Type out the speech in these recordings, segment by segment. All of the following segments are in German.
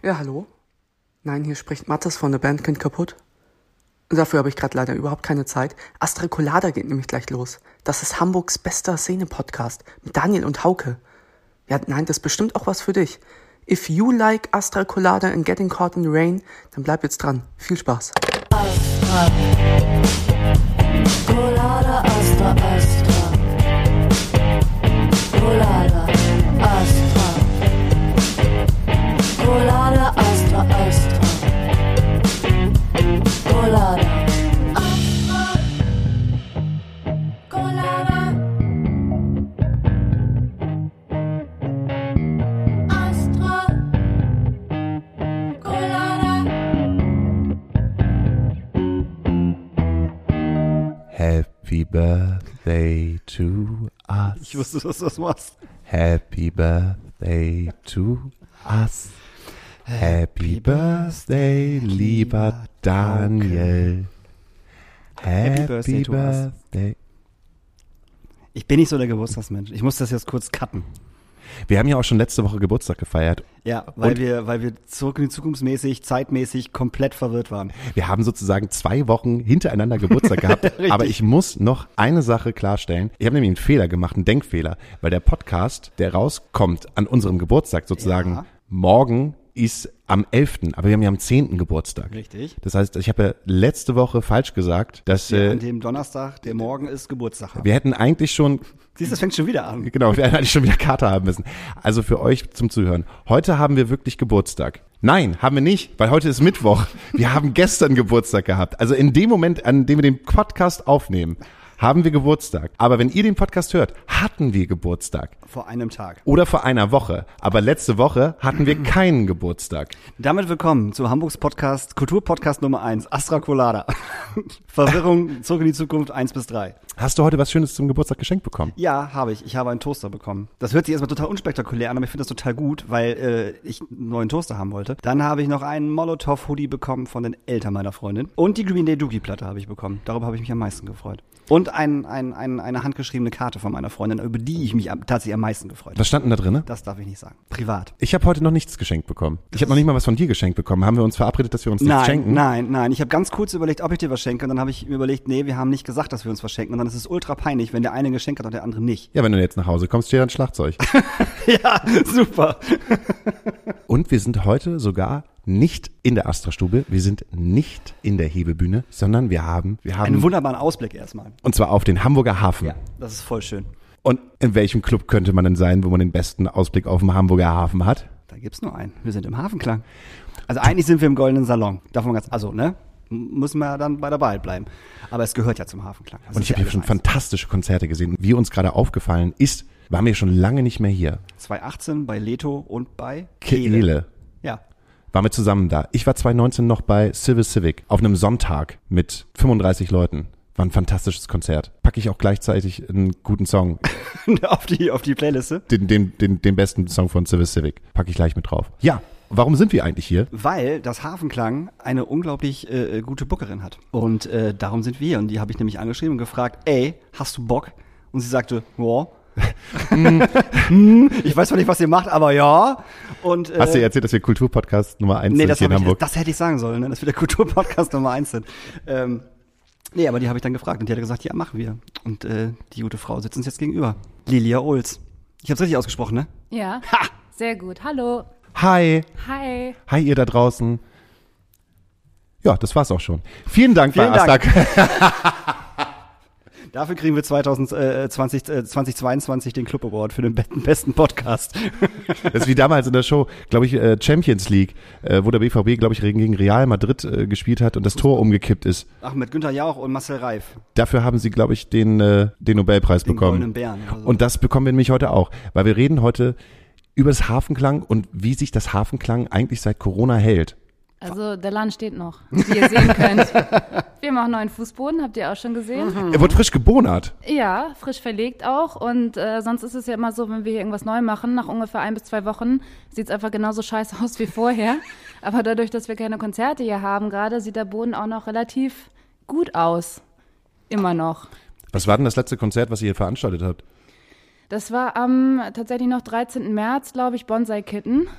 Ja, hallo? Nein, hier spricht Mathis von der Band Kind kaputt. Dafür habe ich gerade leider überhaupt keine Zeit. Astra Colada geht nämlich gleich los. Das ist Hamburgs bester Szene-Podcast mit Daniel und Hauke. Ja, nein, das ist bestimmt auch was für dich. If you like Astra Colada and Getting Caught in the Rain, dann bleib jetzt dran. Viel Spaß. Astra Colada, Astra, Astra Colada, Astra Colada, Astra, Astra Colada, Astra Colada, Astra Colada. Happy Birthday to us. Ich wusste, dass du das machst. Happy Birthday to us. Happy Birthday, lieber Daniel. Happy Birthday to us. Birthday. Ich bin nicht so der Geburtstagsmensch. Ich muss das jetzt kurz cutten. Wir haben ja auch schon letzte Woche Geburtstag gefeiert. Ja, weil wir zurück in die Zukunftsmäßig, zeitmäßig komplett verwirrt waren. Wir haben sozusagen 2 Wochen hintereinander Geburtstag gehabt. Aber ich muss noch eine Sache klarstellen. Ich habe nämlich einen Fehler gemacht, einen Denkfehler. Weil der Podcast, der rauskommt an unserem Geburtstag sozusagen, Ja. morgen ist am 11., aber wir haben ja am 10. Geburtstag. Richtig. Das heißt, ich habe ja letzte Woche falsch gesagt, dass An dem Donnerstag, der morgen ist, Geburtstag haben. wir hätten eigentlich schon, Siehst du, das fängt schon wieder an. genau, wir hätten eigentlich schon wieder Kater haben müssen. Also für euch zum Zuhören. Heute haben wir wirklich Geburtstag. Nein, haben wir nicht, weil heute ist Mittwoch. Wir haben gestern Geburtstag gehabt. Also in dem Moment, an dem wir den Podcast aufnehmen, haben wir Geburtstag. Aber wenn ihr den Podcast hört, hatten wir Geburtstag. Vor einem Tag. Oder vor einer Woche. Aber letzte Woche hatten wir keinen Geburtstag. Damit willkommen zu Hamburgs Podcast, Kulturpodcast Nummer 1, Astra Colada. Verwirrung, zurück in die Zukunft, 1 bis 3. Hast du heute was Schönes zum Geburtstag geschenkt bekommen? Ja, habe ich. Ich habe einen Toaster bekommen. Das hört sich erstmal total unspektakulär an, aber ich finde das total gut, weil ich einen neuen Toaster haben wollte. Dann habe ich noch einen Molotov-Hoodie bekommen von den Eltern meiner Freundin. Und die Green Day Dookie-Platte habe ich bekommen. Darüber habe ich mich am meisten gefreut. Und eine handgeschriebene Karte von meiner Freundin, über die ich mich tatsächlich am meisten gefreut habe. Was stand denn da drin? Das darf ich nicht sagen. Privat. Ich habe heute noch nichts geschenkt bekommen. Ich habe noch nicht mal was von dir geschenkt bekommen. Haben wir uns verabredet, dass wir uns nichts schenken? Nein. Ich habe ganz kurz überlegt, ob ich dir was schenke. Und dann habe ich mir überlegt, nee, wir haben nicht gesagt, dass wir uns was schenken. Und dann ist es ultra peinlich, wenn der eine ein Geschenk hat und der andere nicht. Ja, wenn du jetzt nach Hause kommst, steht da ein Schlagzeug. Ja, super. Und wir sind heute sogar nicht in der Astra-Stube, wir sind nicht in der Hebebühne, sondern wir haben Einen wunderbaren Ausblick erstmal. und zwar auf den Hamburger Hafen. Ja, das ist voll schön. Und in welchem Club könnte man denn sein, wo man den besten Ausblick auf den Hamburger Hafen hat? Da gibt's nur einen. Wir sind im Hafenklang. Also eigentlich sind wir im Goldenen Salon. Davon ganz, also, ne? Müssen wir dann bei der Wahrheit bleiben. Aber es gehört ja zum Hafenklang. Das Und ist ich habe hier alles schon eins. fantastische Konzerte gesehen. Wie uns gerade aufgefallen ist, waren wir schon lange nicht mehr hier. 2018 bei Leto und bei Kehle. Ja. Waren wir zusammen da. Ich war 2019 noch bei Civil Civic auf einem Sonntag mit 35 Leuten. War ein fantastisches Konzert. Packe ich auch gleichzeitig einen guten Song. auf die Playliste. Den besten Song von Civil Civic. Packe ich gleich mit drauf. Ja, warum sind wir eigentlich hier? Weil das Hafenklang eine unglaublich gute Bookerin hat. Und darum sind wir hier. Und die habe ich nämlich angeschrieben und gefragt, ey, hast du Bock? Und sie sagte, ja. Ich weiß zwar nicht, was ihr macht, aber ja. Und, Hast du ihr erzählt, dass wir Kulturpodcast Nummer 1 nee, sind hier in Hamburg? das hätte ich sagen sollen, ne? Dass wir der Kulturpodcast Nummer 1 sind. Nee, aber die habe ich dann gefragt und die hat gesagt, ja, machen wir. Und die gute Frau sitzt uns jetzt gegenüber. Lilia Ols. Ich habe es richtig ausgesprochen, ne? Ja, sehr gut. Hallo. Hi. Hi. Hi, ihr da draußen. Ja, das war's auch schon. Vielen Dank Vielen bei Dank. Astra. Dafür kriegen wir 2022 den Club Award für den besten Podcast. Das ist wie damals in der Show, glaube ich, Champions League, wo der BVB, glaube ich, gegen Real Madrid gespielt hat und das Tor umgekippt ist. Ach, mit Günther Jauch und Marcel Reif. Dafür haben sie, glaube ich, den Nobelpreis Den bekommen. Goldenen Bären. Also. Und das bekommen wir nämlich heute auch, weil wir reden heute über das Hafenklang und wie sich das Hafenklang eigentlich seit Corona hält. Also der Laden steht noch, wie ihr sehen könnt. Wir haben auch neuen Fußboden, habt ihr auch schon gesehen? Er wird frisch gebonert. Ja, frisch verlegt auch. Und sonst ist es ja immer so, wenn wir hier irgendwas neu machen, nach ungefähr 1 bis 2 Wochen sieht es einfach genauso scheiße aus wie vorher. Aber dadurch, dass wir keine Konzerte hier haben gerade, sieht der Boden auch noch relativ gut aus. Immer noch. Was war denn das letzte Konzert, was ihr hier veranstaltet habt? Das war am tatsächlich noch 13. März, glaube ich, Bonsai Kitten.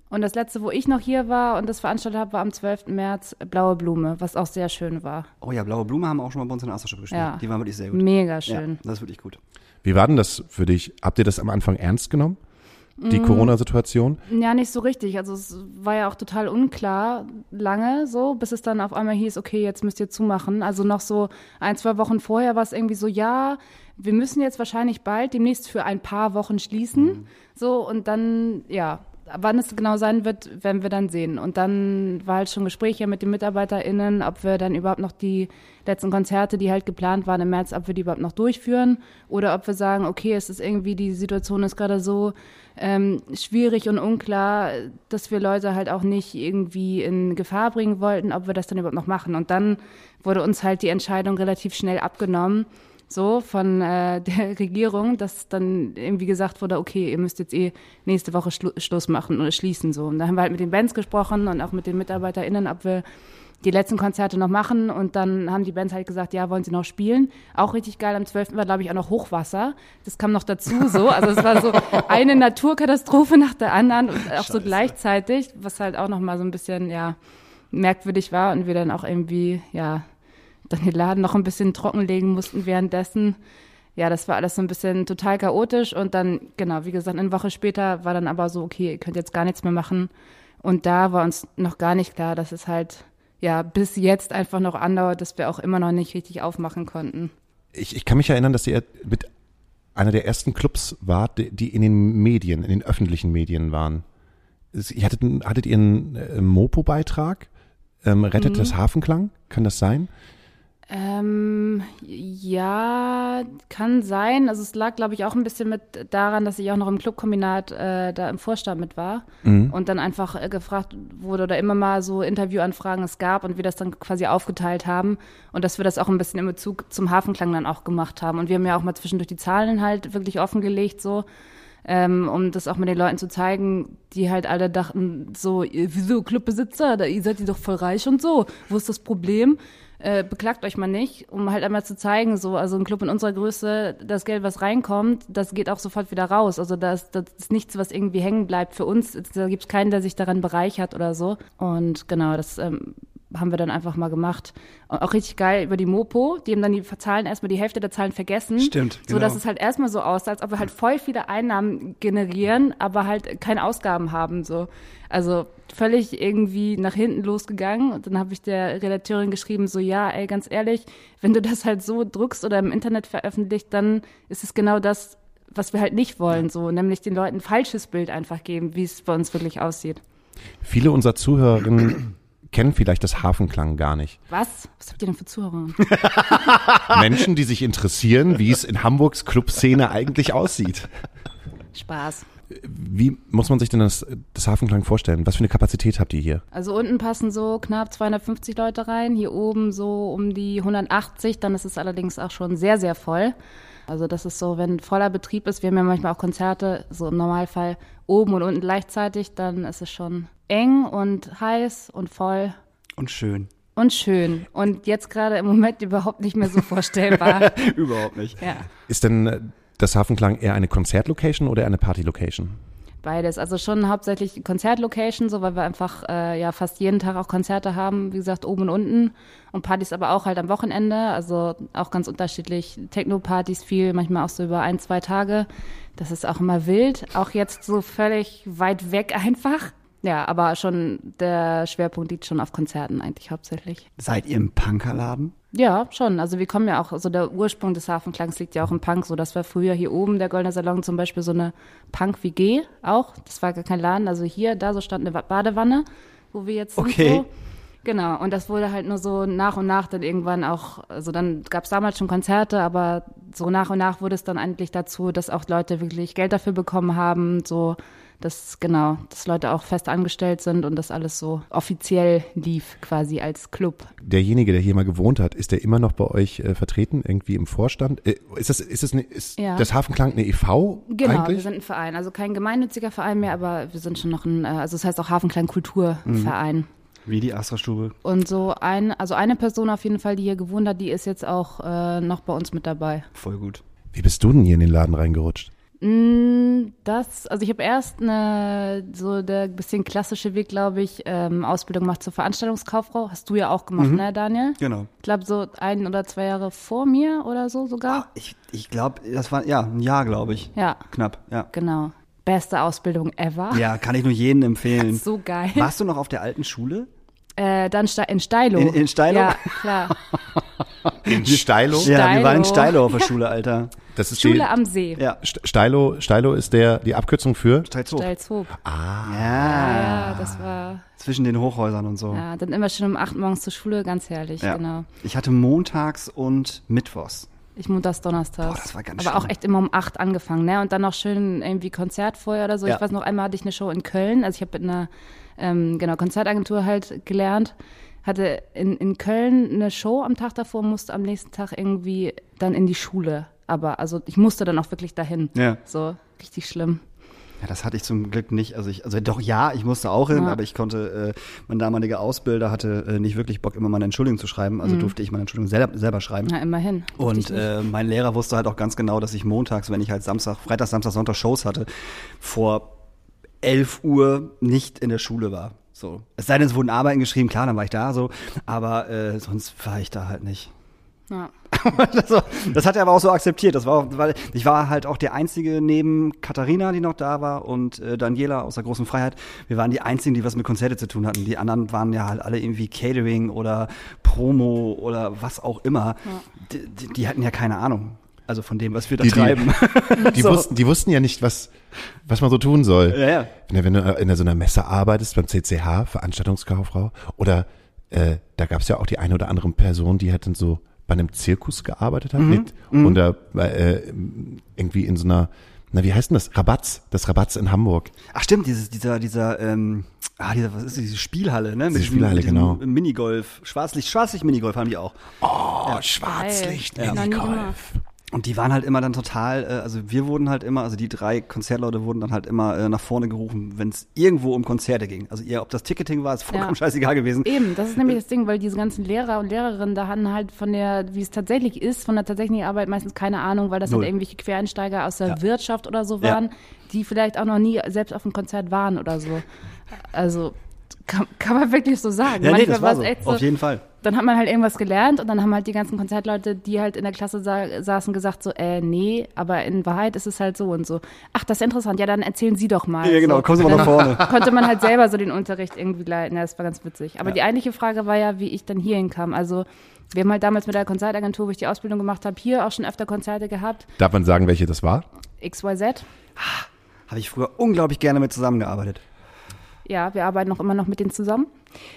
Und das letzte, wo ich noch hier war und das veranstaltet habe, war am 12. März Blaue Blume, was auch sehr schön war. Oh ja, Blaue Blume haben auch schon mal bei uns in der Astroshop gespielt. Ja. Die waren wirklich sehr gut. Mega schön. Ja, das ist wirklich gut. Wie war denn das für dich? Habt ihr das am Anfang ernst genommen? Die Corona-Situation? Ja, nicht so richtig. Also es war ja auch total unklar lange so, bis es dann auf einmal hieß, okay, jetzt müsst ihr zumachen. Also noch so 1-2 Wochen vorher war es irgendwie so, ja, wir müssen jetzt wahrscheinlich bald demnächst für ein paar Wochen schließen. So, und dann, ja, wann es genau sein wird, werden wir dann sehen. Und dann war halt schon Gespräche mit den MitarbeiterInnen, ob wir dann überhaupt noch die letzten Konzerte, die halt geplant waren im März, ob wir die überhaupt noch durchführen oder ob wir sagen, okay, es ist irgendwie, die Situation ist gerade so schwierig und unklar, dass wir Leute halt auch nicht irgendwie in Gefahr bringen wollten, ob wir das dann überhaupt noch machen. Und dann wurde uns halt die Entscheidung relativ schnell abgenommen, so von der Regierung, dass dann irgendwie gesagt wurde, okay, ihr müsst jetzt nächste Woche Schluss machen oder schließen. So. Und da haben wir halt mit den Bands gesprochen und auch mit den MitarbeiterInnen, ob wir die letzten Konzerte noch machen. Und dann haben die Bands halt gesagt, ja, wollen sie noch spielen? Auch richtig geil. Am 12. war, glaube ich, auch noch Hochwasser. Das kam noch dazu so. Also es war so eine Naturkatastrophe nach der anderen und auch so gleichzeitig, was halt auch noch mal so ein bisschen, ja, merkwürdig war und wir dann auch irgendwie, ja, dann den Laden noch ein bisschen trockenlegen mussten währenddessen. Ja, das war alles so ein bisschen total chaotisch und dann, genau, wie gesagt, eine Woche später war dann aber so, okay, ihr könnt jetzt gar nichts mehr machen. Und da war uns noch gar nicht klar, dass es halt, ja, bis jetzt einfach noch andauert, dass wir auch immer noch nicht richtig aufmachen konnten. Ich kann mich erinnern, dass ihr mit einer der ersten Clubs wart, die in den Medien, in den öffentlichen Medien waren. Hattet ihr einen Mopo-Beitrag? Rettet das Hafenklang? Kann das sein? Ja, kann sein. Also es lag, glaube ich, auch ein bisschen mit daran, dass ich auch noch im Clubkombinat da im Vorstand mit war und dann einfach gefragt wurde oder immer mal so Interviewanfragen es gab und wir das dann quasi aufgeteilt haben und dass wir das auch ein bisschen in Bezug zum Hafenklang dann auch gemacht haben. Und wir haben ja auch mal zwischendurch die Zahlen halt wirklich offengelegt so, um das auch mit den Leuten zu zeigen, die halt alle dachten so, wieso Clubbesitzer, ihr seid ihr doch voll reich und so, wo ist das Problem? Beklagt euch mal nicht, um halt einmal zu zeigen, so, also ein Club in unserer Größe, das Geld, was reinkommt, das geht auch sofort wieder raus. Also das ist nichts, was irgendwie hängen bleibt für uns. Da gibt es keinen, der sich daran bereichert oder so. Und genau, das haben wir dann einfach mal gemacht. Und auch richtig geil über die Mopo, die haben dann die Zahlen erstmal die Hälfte der Zahlen vergessen. Stimmt, so dass es halt erstmal so aussah, als ob wir halt voll viele Einnahmen generieren, aber halt keine Ausgaben haben, so. Also völlig irgendwie nach hinten losgegangen. Und dann habe ich der Redakteurin geschrieben, so, ja, ey, ganz ehrlich, wenn du das halt so druckst oder im Internet veröffentlicht, dann ist es genau das, was wir halt nicht wollen, so, nämlich den Leuten ein falsches Bild einfach geben, wie es bei uns wirklich aussieht. Viele unserer Zuhörerinnen kennen vielleicht das Hafenklang gar nicht. Was? Was habt ihr denn für Zuhörer? Menschen, die sich interessieren, wie es in Hamburgs Clubszene eigentlich aussieht. Spaß. Wie muss man sich denn das Hafenklang vorstellen? Was für eine Kapazität habt ihr hier? Also unten passen so knapp 250 Leute rein, hier oben so um die 180, dann ist es allerdings auch schon sehr, sehr voll. Also das ist so, wenn voller Betrieb ist, wir haben ja manchmal auch Konzerte, so im Normalfall oben und unten gleichzeitig, dann ist es schon eng und heiß und voll. Und schön. Und schön. Und jetzt gerade im Moment überhaupt nicht mehr so vorstellbar. Überhaupt nicht. Ja. Ist denn das Hafenklang eher eine Konzertlocation oder eine Partylocation? Beides. Also schon hauptsächlich Konzertlocation, so weil wir einfach ja fast jeden Tag auch Konzerte haben, wie gesagt, oben und unten. Und Partys aber auch halt am Wochenende, also auch ganz unterschiedlich. Techno-Partys viel, manchmal auch so über 1-2 Tage. Das ist auch immer wild. Auch jetzt so völlig weit weg einfach. Ja, aber schon der Schwerpunkt liegt schon auf Konzerten eigentlich hauptsächlich. Seid ihr im Punkerladen? Ja, schon. Also wir kommen ja auch, also der Ursprung des Hafenklangs liegt ja auch im Punk, so das war früher hier oben, der Goldene Salon zum Beispiel so eine Punk-WG auch. Das war gar kein Laden, also hier, da so stand eine Badewanne, wo wir jetzt sind. Okay. So. Genau, und das wurde halt nur so nach und nach dann irgendwann auch, also dann gab es damals schon Konzerte, aber so nach und nach wurde es dann eigentlich dazu, dass auch Leute wirklich Geld dafür bekommen haben, so dass Leute auch fest angestellt sind und das alles so offiziell lief quasi als Club. Derjenige, der hier mal gewohnt hat, ist der immer noch bei euch vertreten, irgendwie im Vorstand? Ist das Hafenklang eine e.V. Genau, eigentlich? wir sind ein Verein, also kein gemeinnütziger Verein mehr, aber wir sind schon noch also es heißt auch Hafenklang Kulturverein. Wie die Astra-Stube. Und so eine Person auf jeden Fall, die hier gewohnt hat, die ist jetzt auch noch bei uns mit dabei. Voll gut. Wie bist du denn hier in den Laden reingerutscht? Also ich habe erst so der bisschen klassische Weg, glaube ich, Ausbildung gemacht zur Veranstaltungskauffrau. Hast du ja auch gemacht, ne, Daniel? Genau. Ich glaube, so 1 oder 2 Jahre vor mir oder so sogar. Ich glaube, das war, ein Jahr, glaube ich. Ja. Knapp, ja. Genau. Beste Ausbildung ever. Ja, kann ich nur jedem empfehlen. So geil. Warst du noch auf der alten Schule? Dann in Steilo. In Steilo? Ja, klar. In Steilo? Ja, wir waren in Steilo. Steilo auf der Schule, Alter. Das ist Schule am See. Ja. Steilo ist die Abkürzung für? Steilshof. Steilshof. Ja. Ja, das war, Zwischen den Hochhäusern und so. ja, dann immer schon um 8 morgens zur Schule, ganz herrlich, Ja. genau. Ich hatte montags und mittwochs. Ich montags, donnerstags. Boah, das war ganz Aber schlimm. auch echt immer um 8 angefangen, ne? Und dann noch schön irgendwie Konzert vorher oder so. Ja. Ich weiß noch, einmal hatte ich eine Show in Köln. Also ich habe in einer Konzertagentur halt gelernt. Hatte in Köln eine Show am Tag davor, musste am nächsten Tag irgendwie dann in die Schule. Aber also ich musste dann auch wirklich dahin. Ja. So, richtig schlimm. Ja, das hatte ich zum Glück nicht. Ich musste auch hin, Ja. aber ich konnte, mein damaliger Ausbilder hatte nicht wirklich Bock, immer mal eine Entschuldigung zu schreiben. Also durfte ich meine Entschuldigung selber schreiben. Na, immerhin. Und Richtig nicht. mein Lehrer wusste halt auch ganz genau, dass ich montags, wenn ich halt Freitag, Samstag, Sonntag Shows hatte, vor 11 Uhr nicht in der Schule war. So. Es sei denn, es wurden Arbeiten geschrieben, klar, dann war ich da so, aber sonst war ich da halt nicht. Ja. Das hat er aber auch so akzeptiert. Weil ich war halt auch der Einzige neben Katharina, die noch da war, und Daniela aus der Großen Freiheit. Wir waren die Einzigen, die was mit Konzerte zu tun hatten. Die anderen waren ja halt alle irgendwie Catering oder Promo oder was auch immer. Ja. Die hatten ja keine Ahnung. Also von dem, was wir da treiben. Die wussten ja nicht, was man so tun soll. Ja, ja. Wenn du in so einer Messe arbeitest, beim CCH, Veranstaltungskauffrau, oder da gab es ja auch die eine oder andere Person, die halt dann so bei einem Zirkus gearbeitet hat oder irgendwie in so einer, wie heißt denn das? Das Rabatz in Hamburg. Ach stimmt, was ist diese Spielhalle, ne? Diese Spielhalle, genau. Minigolf, Schwarzlicht Minigolf haben die auch. Oh, Schwarzlicht, Ja. Minigolf. Und die waren halt immer dann total, also wir wurden halt immer, also die 3 Konzertleute wurden dann halt immer nach vorne gerufen, wenn es irgendwo um Konzerte ging. Also ob das Ticketing war, ist vollkommen scheißegal gewesen. Eben, das ist nämlich das Ding, weil diese ganzen Lehrer und Lehrerinnen, da hatten halt wie es tatsächlich ist, von der tatsächlichen Arbeit meistens keine Ahnung, weil das Null. halt irgendwelche Quereinsteiger aus der Ja. Wirtschaft oder so Ja. waren, die vielleicht auch noch nie selbst auf einem Konzert waren oder so. Also kann man wirklich so sagen. Ja, nee, Manchmal das war war's so, echt so, auf jeden Fall. dann hat man halt irgendwas gelernt und dann haben halt die ganzen Konzertleute, die halt in der Klasse saßen, gesagt so, nee, aber in Wahrheit ist es halt so und so. Ach, das ist interessant, ja, dann erzählen Sie doch mal. Ja, genau, so. kommen Sie mal nach vorne. Konnte man halt selber so den Unterricht irgendwie leiten, ja, das war ganz witzig. Aber Ja. die eigentliche Frage war ja, wie ich dann hier hinkam. Also wir haben halt damals mit der Konzertagentur, wo ich die Ausbildung gemacht habe, hier auch schon öfter Konzerte gehabt. Darf man sagen, welche das war? XYZ. Habe ich früher unglaublich gerne mit zusammengearbeitet. Ja, wir arbeiten auch immer noch mit denen zusammen.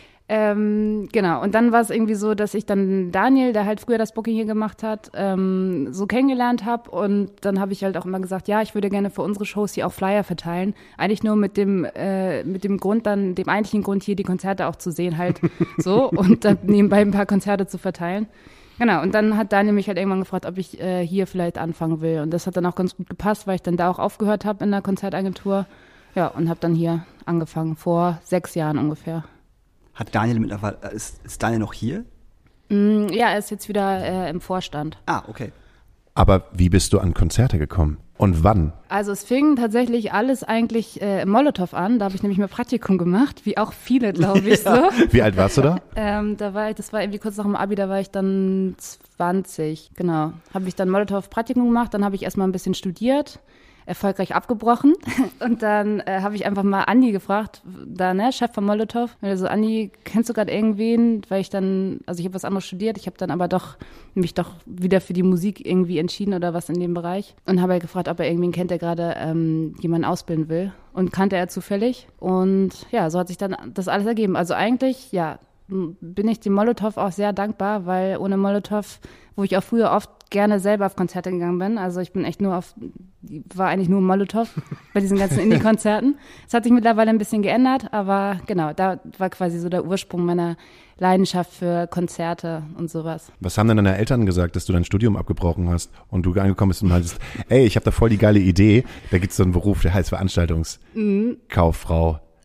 Genau, und dann war es irgendwie so, dass ich dann Daniel, der halt früher das Booking hier gemacht hat, so kennengelernt habe und dann habe ich halt auch immer gesagt, ja, ich würde gerne für unsere Shows hier auch Flyer verteilen. Eigentlich nur mit dem Grund dann, dem eigentlichen Grund hier die Konzerte auch zu sehen halt so und dann nebenbei ein paar Konzerte zu verteilen. Genau, und dann hat Daniel mich halt irgendwann gefragt, ob ich hier vielleicht anfangen will und das hat dann auch ganz gut gepasst, weil ich dann da auch aufgehört habe in der Konzertagentur. Ja, und habe dann hier angefangen, vor 6 Jahren ungefähr. Hat Daniel mittlerweile, ist Daniel noch hier? Ja, er ist jetzt wieder im Vorstand. Ah, okay. Aber wie bist du an Konzerte gekommen? Und wann? Also es fing tatsächlich alles eigentlich im Molotow an. Da habe ich nämlich mal Praktikum gemacht, wie auch viele, glaube ich, so. Wie alt warst du da? Das war irgendwie kurz nach dem Abi, da war ich dann 20, genau. Habe ich dann Molotow Praktikum gemacht, dann habe ich erstmal ein bisschen studiert, erfolgreich abgebrochen und dann habe ich einfach mal Andi gefragt, Chef von Molotow, so Andi, kennst du gerade irgendwen, weil ich habe was anderes studiert, ich habe dann aber mich doch wieder für die Musik irgendwie entschieden oder was in dem Bereich und habe halt gefragt, ob er irgendwen kennt, der gerade jemanden ausbilden will und kannte er zufällig und ja, so hat sich dann das alles ergeben. Also eigentlich, ja, bin ich dem Molotow auch sehr dankbar, weil ohne Molotow, wo ich auch früher oft gerne selber auf Konzerte gegangen bin, also ich bin echt war eigentlich nur im Molotow bei diesen ganzen Indie-Konzerten. Es hat sich mittlerweile ein bisschen geändert, aber genau, da war quasi so der Ursprung meiner Leidenschaft für Konzerte und sowas. Was haben denn deine Eltern gesagt, dass du dein Studium abgebrochen hast und du angekommen bist und meintest, ey, ich habe da voll die geile Idee, da gibt's so einen Beruf, der heißt Veranstaltungskauffrau.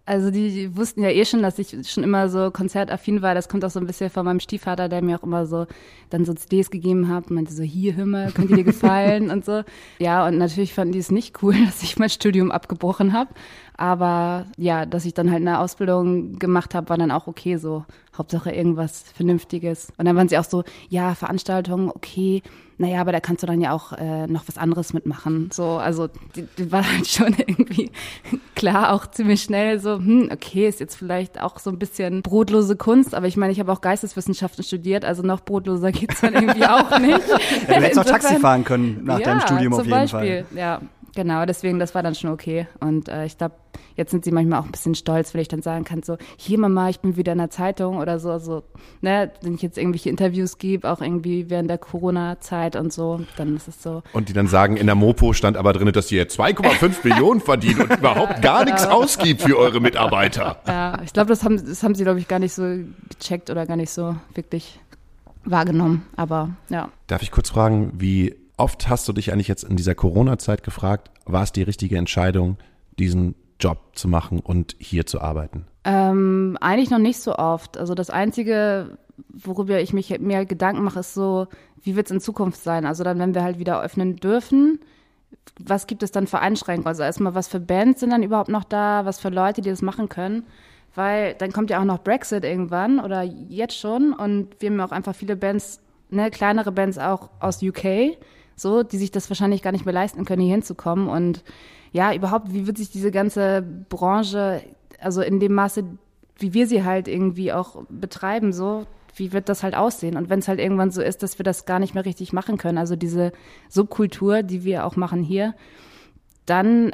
Also die wussten ja eh schon, dass ich schon immer so konzertaffin war. Das kommt auch so ein bisschen von meinem Stiefvater, der mir auch immer so dann so CDs gegeben hat und meinte so, hier, hör mal, könnte dir gefallen und so. Ja, und natürlich fanden die es nicht cool, dass ich mein Studium abgebrochen habe. Aber ja, dass ich dann halt eine Ausbildung gemacht habe, war dann auch okay so. Hauptsache irgendwas Vernünftiges. Und dann waren sie auch so, ja, Veranstaltungen, okay, naja, aber da kannst du dann ja auch noch was anderes mitmachen. So, also die war halt schon irgendwie klar auch ziemlich schnell so, okay, ist jetzt vielleicht auch so ein bisschen brotlose Kunst, aber ich meine, ich habe auch Geisteswissenschaften studiert, also noch brotloser geht's dann irgendwie auch nicht. Ja, du hättest auch Taxi fahren können nach deinem Studium auf jeden Fall. Ja, genau, deswegen, das war dann schon okay. Und ich glaube, jetzt sind sie manchmal auch ein bisschen stolz, wenn ich dann sagen kann, so, hier Mama, ich bin wieder in der Zeitung oder so, also, ne, wenn ich jetzt irgendwelche Interviews gebe, auch irgendwie während der Corona-Zeit und so, dann ist es so. Und die dann sagen, in der Mopo stand aber drin, dass ihr 2,5 Millionen verdient und überhaupt gar nichts ausgibt für eure Mitarbeiter. Ja, ich glaube, das haben sie, glaube ich, gar nicht so gecheckt oder gar nicht so wirklich wahrgenommen, aber ja. Darf ich kurz fragen, wie oft hast du dich eigentlich jetzt in dieser Corona-Zeit gefragt, war es die richtige Entscheidung, diesen Job zu machen und hier zu arbeiten? Eigentlich noch nicht so oft. Also das Einzige, worüber ich mich mehr Gedanken mache, ist so, wie wird es in Zukunft sein? Also dann, wenn wir halt wieder öffnen dürfen, was gibt es dann für Einschränkungen? Also erstmal, was für Bands sind dann überhaupt noch da? Was für Leute, die das machen können? Weil dann kommt ja auch noch Brexit irgendwann oder jetzt schon. Und wir haben ja auch einfach viele Bands, ne, kleinere Bands auch aus UK, so, die sich das wahrscheinlich gar nicht mehr leisten können, hier hinzukommen. Und ja, überhaupt, wie wird sich diese ganze Branche, also in dem Maße, wie wir sie halt irgendwie auch betreiben, so, wie wird das halt aussehen? Und wenn es halt irgendwann so ist, dass wir das gar nicht mehr richtig machen können, also diese Subkultur, die wir auch machen hier, dann,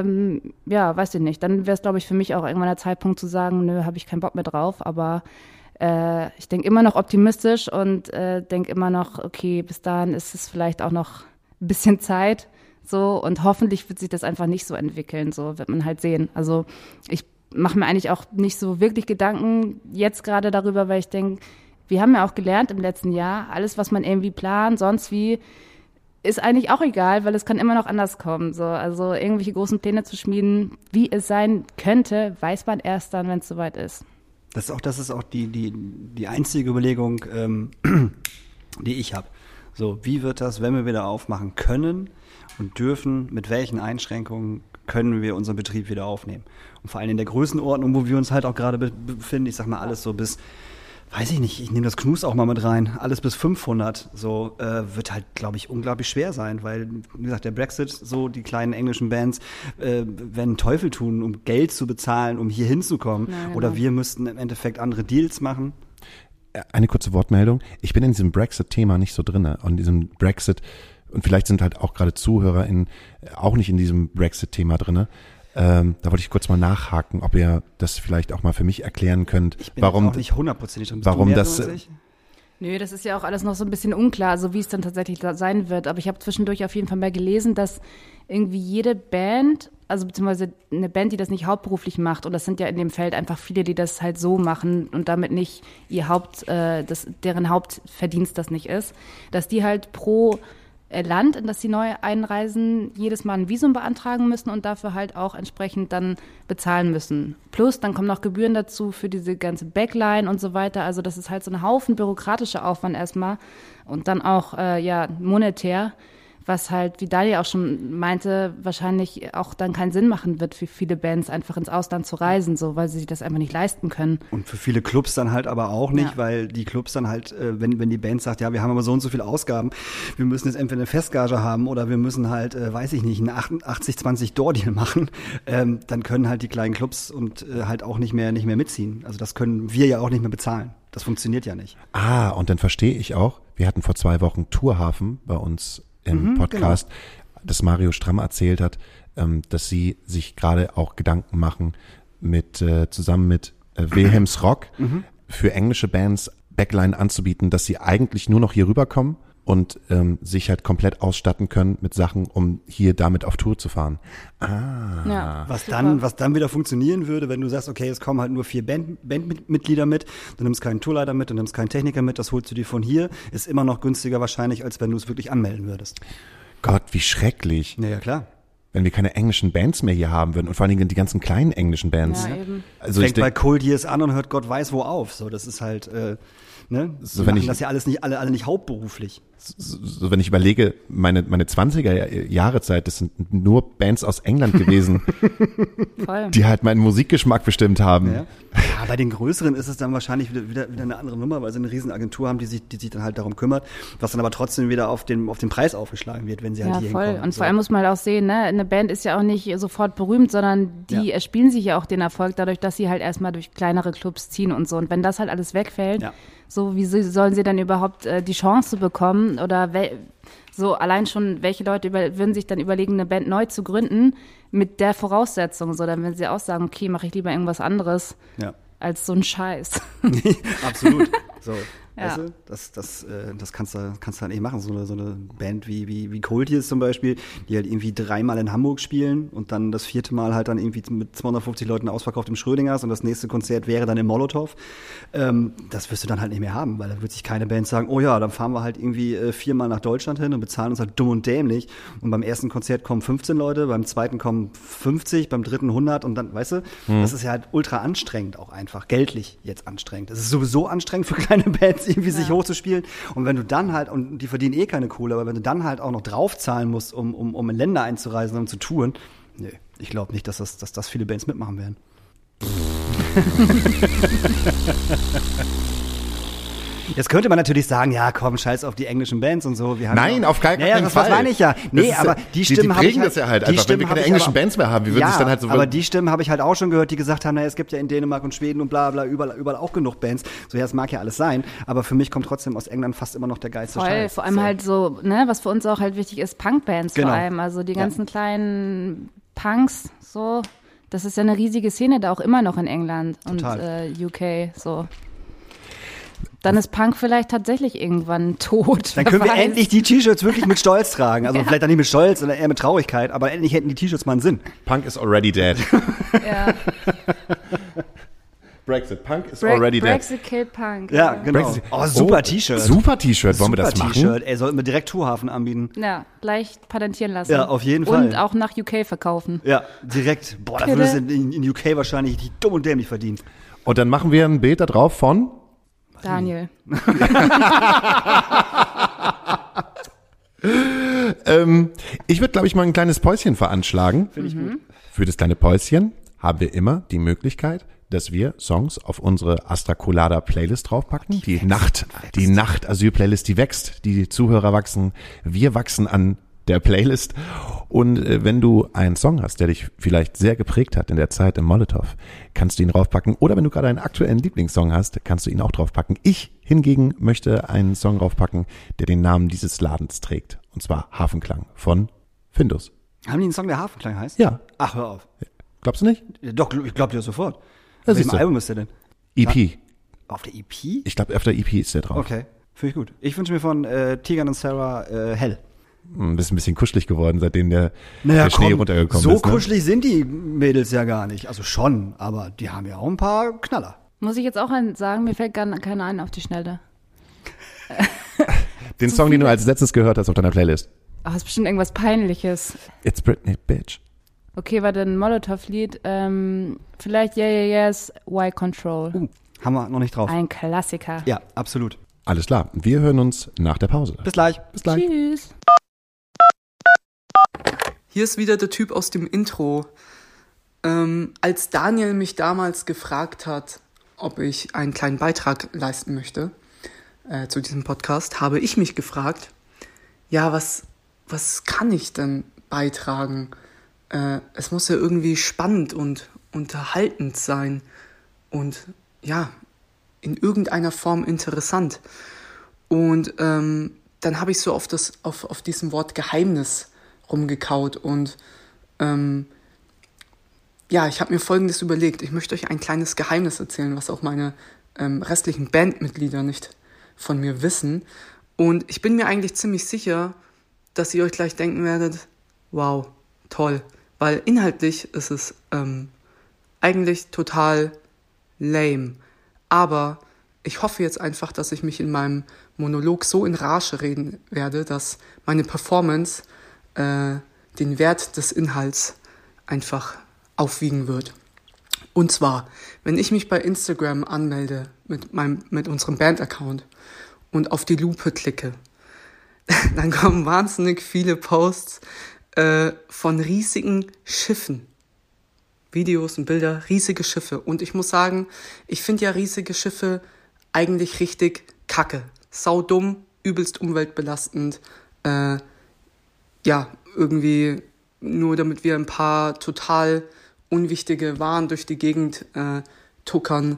ja, weiß ich nicht, dann wäre es, glaube ich, für mich auch irgendwann der Zeitpunkt zu sagen, nö, habe ich keinen Bock mehr drauf, aber ich denke immer noch optimistisch und denke immer noch, okay, bis dahin ist es vielleicht auch noch ein bisschen Zeit, so, und hoffentlich wird sich das einfach nicht so entwickeln, so wird man halt sehen. Also ich mache mir eigentlich auch nicht so wirklich Gedanken jetzt gerade darüber, weil ich denke, wir haben ja auch gelernt im letzten Jahr, alles, was man irgendwie plant, sonst wie, ist eigentlich auch egal, weil es kann immer noch anders kommen. So, also irgendwelche großen Pläne zu schmieden, wie es sein könnte, weiß man erst dann, wenn es soweit ist. Das ist auch die einzige Überlegung, die ich habe. So, wie wird das, wenn wir wieder aufmachen können und dürfen, mit welchen Einschränkungen können wir unseren Betrieb wieder aufnehmen? Und vor allem in der Größenordnung, wo wir uns halt auch gerade befinden, ich sag mal alles so bis, weiß ich nicht, ich nehme das Knus auch mal mit rein, alles bis 500, so wird halt, glaube ich, unglaublich schwer sein, weil, wie gesagt, der Brexit, so die kleinen englischen Bands werden Teufel tun, um Geld zu bezahlen, um hier hinzukommen. Ja, genau. Oder wir müssten im Endeffekt andere Deals machen. Eine kurze Wortmeldung. Ich bin in diesem Brexit-Thema nicht so drin. Und diesem Brexit, und vielleicht sind halt auch gerade ZuhörerInnen auch nicht in diesem Brexit-Thema drin. Da wollte ich kurz mal nachhaken, ob ihr das vielleicht auch mal für mich erklären könnt. Ich bin warum, auch nicht hundertprozentig drin. Warum das... Nö, das ist ja auch alles noch so ein bisschen unklar, also wie es dann tatsächlich sein wird. Aber ich habe zwischendurch auf jeden Fall mal gelesen, dass irgendwie jede Band, also beziehungsweise eine Band, die das nicht hauptberuflich macht, und das sind ja in dem Feld einfach viele, die das halt so machen und damit nicht ihr deren Hauptverdienst das nicht ist, dass die halt pro Land, in das sie neu einreisen, jedes Mal ein Visum beantragen müssen und dafür halt auch entsprechend dann bezahlen müssen. Plus, dann kommen noch Gebühren dazu für diese ganze Backline und so weiter. Also das ist halt so ein Haufen bürokratischer Aufwand erstmal und dann auch monetär, was halt, wie Daniel auch schon meinte, wahrscheinlich auch dann keinen Sinn machen wird für viele Bands, einfach ins Ausland zu reisen, so, weil sie sich das einfach nicht leisten können. Und für viele Clubs dann halt aber auch nicht, weil die Clubs dann halt, wenn die Band sagt, ja, wir haben aber so und so viele Ausgaben, wir müssen jetzt entweder eine Festgage haben oder wir müssen halt, weiß ich nicht, einen 80-20 Door-Deal machen, dann können halt die kleinen Clubs und halt auch nicht mehr mitziehen. Also das können wir ja auch nicht mehr bezahlen. Das funktioniert ja nicht. Ah, und dann verstehe ich auch, wir hatten vor 2 Wochen Tourhafen bei uns im Podcast, genau, dass Mario Stramm erzählt hat, dass sie sich gerade auch Gedanken machen zusammen mit Wilhelms Rock für englische Bands Backline anzubieten, dass sie eigentlich nur noch hier rüberkommen und sich halt komplett ausstatten können mit Sachen, um hier damit auf Tour zu fahren. Ah. Ja, was dann wieder funktionieren würde, wenn du sagst, okay, es kommen halt nur 4 Bandmitglieder mit, du nimmst keinen Tourleiter mit, du nimmst keinen Techniker mit, das holst du dir von hier, ist immer noch günstiger wahrscheinlich, als wenn du es wirklich anmelden würdest. Gott, wie schrecklich. Ja, klar. wenn wir keine englischen Bands mehr hier haben würden und vor allen Dingen die ganzen kleinen englischen Bands. Ja, eben. Also ich Fängt bei denke, Cold Years an und hört Gott weiß wo auf. So, das ist halt, ne? So, Die wenn machen ich- das ja alles nicht, alle nicht hauptberuflich. so wenn ich überlege, meine 20er-Jahre-Zeit, das sind nur Bands aus England gewesen, Voll. die halt meinen Musikgeschmack bestimmt haben. Ja. Ja, bei den größeren ist es dann wahrscheinlich wieder eine andere Nummer, weil sie eine riesen Agentur haben, die sich dann halt darum kümmert, was dann aber trotzdem wieder auf den Preis aufgeschlagen wird, wenn sie halt Ja, hier voll. hinkommen. Und So. vor allem muss man halt auch sehen, ne, eine Band ist ja auch nicht sofort berühmt, sondern die Ja. erspielen sich ja auch den Erfolg dadurch, dass sie halt erstmal durch kleinere Clubs ziehen und so. Und wenn das halt alles wegfällt, Ja. so wie sollen sie dann überhaupt die Chance bekommen oder so allein schon, welche Leute würden sich dann überlegen, eine Band neu zu gründen mit der Voraussetzung, so dann würden sie auch sagen, okay, mache ich lieber irgendwas anderes Ja. als so ein Scheiß. Absolut. So, Ja. weißt du, das kannst du halt nicht machen. So eine Band wie Cold Years zum Beispiel, die halt irgendwie 3-mal in Hamburg spielen und dann das 4. Mal halt dann irgendwie mit 250 Leuten ausverkauft im Schrödingers und das nächste Konzert wäre dann im Molotow. Das wirst du dann halt nicht mehr haben, weil da wird sich keine Band sagen, oh ja, dann fahren wir halt irgendwie 4-mal nach Deutschland hin und bezahlen uns halt dumm und dämlich. Und beim ersten Konzert kommen 15 Leute, beim zweiten kommen 50, beim dritten 100 und dann, weißt du, das ist ja halt ultra anstrengend auch einfach, geldlich jetzt anstrengend. Es ist sowieso anstrengend für kleine Bands, irgendwie sich hochzuspielen. Und wenn du dann halt, und die verdienen eh keine Kohle, aber wenn du dann halt auch noch draufzahlen musst, um in Länder einzureisen und zu touren, nee, ich glaube nicht, dass das viele Bands mitmachen werden. Jetzt könnte man natürlich sagen, ja, komm, scheiß auf die englischen Bands und so. Wir haben Nein, ja, auf gar naja, keinen das Fall. meine ich ja. Nee, Das ist aber ja- die Stimmen habe ich prägen halt. das ja halt die einfach, wenn Stimmen wir habe keine ich englischen aber- Bands mehr haben, wie würden ja, sich dann halt so... aber die Stimmen habe ich halt auch schon gehört, die gesagt haben, naja, es gibt ja in Dänemark und Schweden und bla bla, überall auch genug Bands. So, ja, das mag ja alles sein, aber für mich kommt trotzdem aus England fast immer noch der geilste Voll, Scheiß. vor allem So. halt so, ne, was für uns auch halt wichtig ist, Punkbands Genau. vor allem. Also die Ja. ganzen kleinen Punks, so, das ist ja eine riesige Szene da auch immer noch in England Total. und UK, so. Dann ist Punk vielleicht tatsächlich irgendwann tot. Dann wer können wir weiß. endlich die T-Shirts wirklich mit Stolz tragen. Also vielleicht dann nicht mit Stolz, sondern eher mit Traurigkeit, aber endlich hätten die T-Shirts mal einen Sinn. Punk is already dead. Ja. Brexit. Punk is already dead. Brexit killed Punk. Ja, genau. Brexit. Oh, super T-Shirt. Super T-Shirt. Wollen wir das Super machen? T-Shirt. Ey, sollten wir direkt Tourhafen anbieten. Ja, gleich patentieren lassen. Ja, auf jeden Fall. Und auch nach UK verkaufen. Ja, direkt. Boah, da Bitte? würdest du in UK wahrscheinlich die dumm und dämlich verdienen. Und dann machen wir ein Bild da drauf von... Daniel. Ich würde, glaube ich, mal ein kleines Päuschen veranschlagen. Finde ich gut. Für das kleine Päuschen haben wir immer die Möglichkeit, dass wir Songs auf unsere Astra Colada Playlist draufpacken. Die Nacht Asyl Playlist, die wächst. Die Zuhörer wachsen. Wir wachsen an der Playlist. Und wenn du einen Song hast, der dich vielleicht sehr geprägt hat in der Zeit im Molotow, kannst du ihn draufpacken. Oder wenn du gerade einen aktuellen Lieblingssong hast, kannst du ihn auch draufpacken. Ich hingegen möchte einen Song draufpacken, der den Namen dieses Ladens trägt. Und zwar Hafenklang von Findus. Haben die einen Song, der Hafenklang heißt? Ja. Ach, hör auf. Glaubst du nicht? Doch, ich glaube dir sofort. Ja, Auf welchem siehst du. Album ist der denn? EP. Auf der EP? Ich glaube, auf der EP ist der drauf. Okay, finde ich gut. Ich wünsche mir von Tegan und Sarah Hell. Das ist ein bisschen kuschelig geworden, seitdem der Schnee runtergekommen so ist. Ne? kuschelig sind die Mädels ja gar nicht. Also schon, aber die haben ja auch ein paar Knaller. Muss ich jetzt auch sagen, mir fällt gar keiner ein auf die Schnelle. Den Song, den du als letztes gehört hast auf deiner Playlist. Ach, ist bestimmt irgendwas Peinliches. It's Britney, bitch. Okay, war ein Molotow-Lied. Vielleicht Yeah, Yeah, Yes, Why Control. Haben wir noch nicht drauf. Ein Klassiker. Ja, absolut. Alles klar, wir hören uns nach der Pause. Bis gleich. Bis gleich. Tschüss. Hier ist wieder der Typ aus dem Intro. Als Daniel mich damals gefragt hat, ob ich einen kleinen Beitrag leisten möchte zu diesem Podcast, habe ich mich gefragt, ja, was kann ich denn beitragen? Es muss ja irgendwie spannend und unterhaltend sein und ja, in irgendeiner Form interessant. Und dann habe ich so auf diesem Wort Geheimnis rumgekaut und ja, ich habe mir Folgendes überlegt. Ich möchte euch ein kleines Geheimnis erzählen, was auch meine restlichen Bandmitglieder nicht von mir wissen. Und ich bin mir eigentlich ziemlich sicher, dass ihr euch gleich denken werdet, wow, toll. Weil inhaltlich ist es eigentlich total lame. Aber ich hoffe jetzt einfach, dass ich mich in meinem Monolog so in Rage reden werde, dass meine Performance den Wert des Inhalts einfach aufwiegen wird. Und zwar, wenn ich mich bei Instagram anmelde mit unserem Band-Account und auf die Lupe klicke, dann kommen wahnsinnig viele Posts von riesigen Schiffen. Videos und Bilder, riesige Schiffe. Und ich muss sagen, ich finde ja riesige Schiffe eigentlich richtig kacke. Saudumm, übelst umweltbelastend. Irgendwie nur damit wir ein paar total unwichtige Waren durch die Gegend tuckern.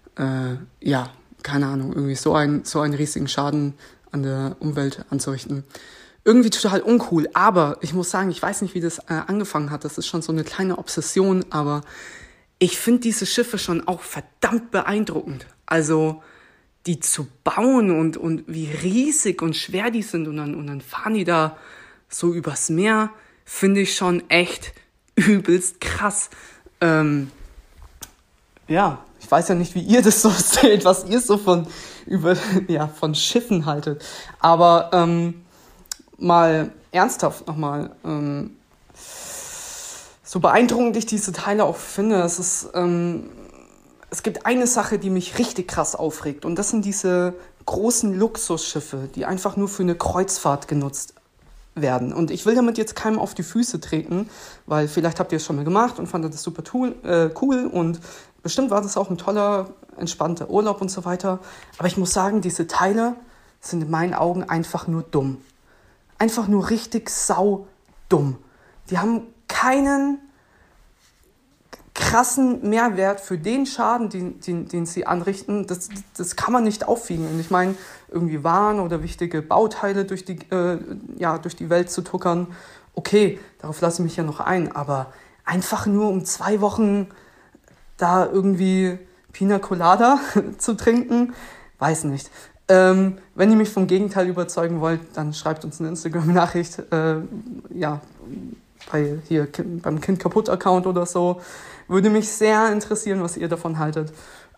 Keine Ahnung, irgendwie so einen riesigen Schaden an der Umwelt anzurichten. Irgendwie total uncool, aber ich muss sagen, ich weiß nicht, wie das angefangen hat. Das ist schon so eine kleine Obsession, aber ich finde diese Schiffe schon auch verdammt beeindruckend. Also die zu bauen und wie riesig und schwer die sind und dann fahren die da so übers Meer, finde ich schon echt übelst krass. Ich weiß ja nicht, wie ihr das so seht, was ihr so von Schiffen haltet. Aber mal ernsthaft nochmal, so beeindruckend ich diese Teile auch finde, es gibt eine Sache, die mich richtig krass aufregt, und das sind diese großen Luxusschiffe, die einfach nur für eine Kreuzfahrt genutzt werden. Und ich will damit jetzt keinem auf die Füße treten, weil vielleicht habt ihr es schon mal gemacht und fandet das super cool und bestimmt war das auch ein toller, entspannter Urlaub und so weiter. Aber ich muss sagen, diese Teile sind in meinen Augen einfach nur dumm. Einfach nur richtig saudumm. Die haben keinen krassen Mehrwert für den Schaden, den sie anrichten. Das kann man nicht aufwiegen. Und ich meine, irgendwie Waren oder wichtige Bauteile durch die Welt zu tuckern. Okay, darauf lasse ich mich ja noch ein. Aber einfach nur um 2 Wochen da irgendwie Pina Colada zu trinken, weiß nicht. Wenn ihr mich vom Gegenteil überzeugen wollt, dann schreibt uns eine Instagram-Nachricht, beim Kind kaputt Account oder so. Würde mich sehr interessieren, was ihr davon haltet.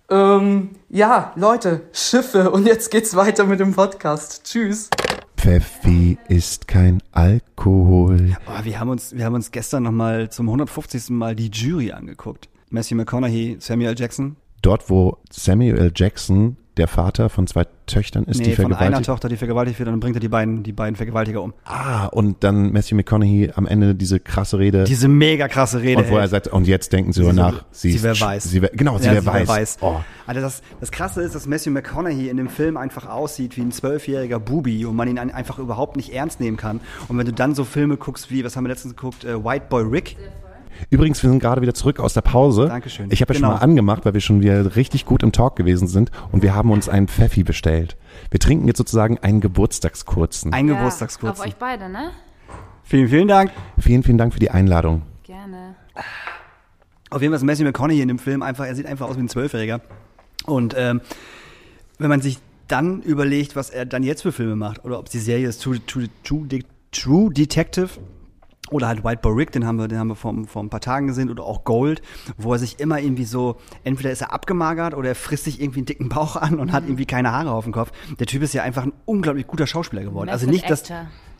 Leute, Schiffe, und jetzt geht's weiter mit dem Podcast. Tschüss. Pfeffi ist kein Alkohol. Oh, wir haben uns gestern nochmal zum 150. Mal die Jury angeguckt. Matthew McConaughey, Samuel Jackson. Dort, wo Samuel Jackson der Vater von 2 Töchtern ist, die von vergewaltigt. einer Tochter, die vergewaltigt wird, und dann bringt er die beiden Vergewaltiger um. Und dann Matthew McConaughey am Ende diese krasse Rede. Diese mega krasse Rede. Und wo er sagt, und jetzt denken Sie darüber nach. Sie wer weiß. Sie wer weiß. Oh. Also das Krasse ist, dass Matthew McConaughey in dem Film einfach aussieht wie ein 12-jähriger Bubi und man ihn einfach überhaupt nicht ernst nehmen kann. Und wenn du dann so Filme guckst wie, was haben wir letztens geguckt, White Boy Rick. Übrigens, wir sind gerade wieder zurück aus der Pause. Dankeschön. Ich habe ja schon mal angemacht, weil wir schon wieder richtig gut im Talk gewesen sind, und wir haben uns einen Pfeffi bestellt. Wir trinken jetzt sozusagen einen Geburtstagskurzen. Geburtstagskurzen. Auf euch beide, ne? Vielen, vielen Dank. Vielen, vielen Dank für die Einladung. Gerne. Auf jeden Fall ist Matthew McConaughey in dem Film er sieht einfach aus wie ein 12-Jähriger. Und wenn man sich dann überlegt, was er dann jetzt für Filme macht, oder ob die Serie ist True Detective oder halt White Boy Rick, den haben wir vor ein paar Tagen gesehen, oder auch Gold, wo er sich immer irgendwie so, entweder ist er abgemagert oder er frisst sich irgendwie einen dicken Bauch an und hat irgendwie keine Haare auf dem Kopf. Der Typ ist ja einfach ein unglaublich guter Schauspieler geworden. Also nicht, dass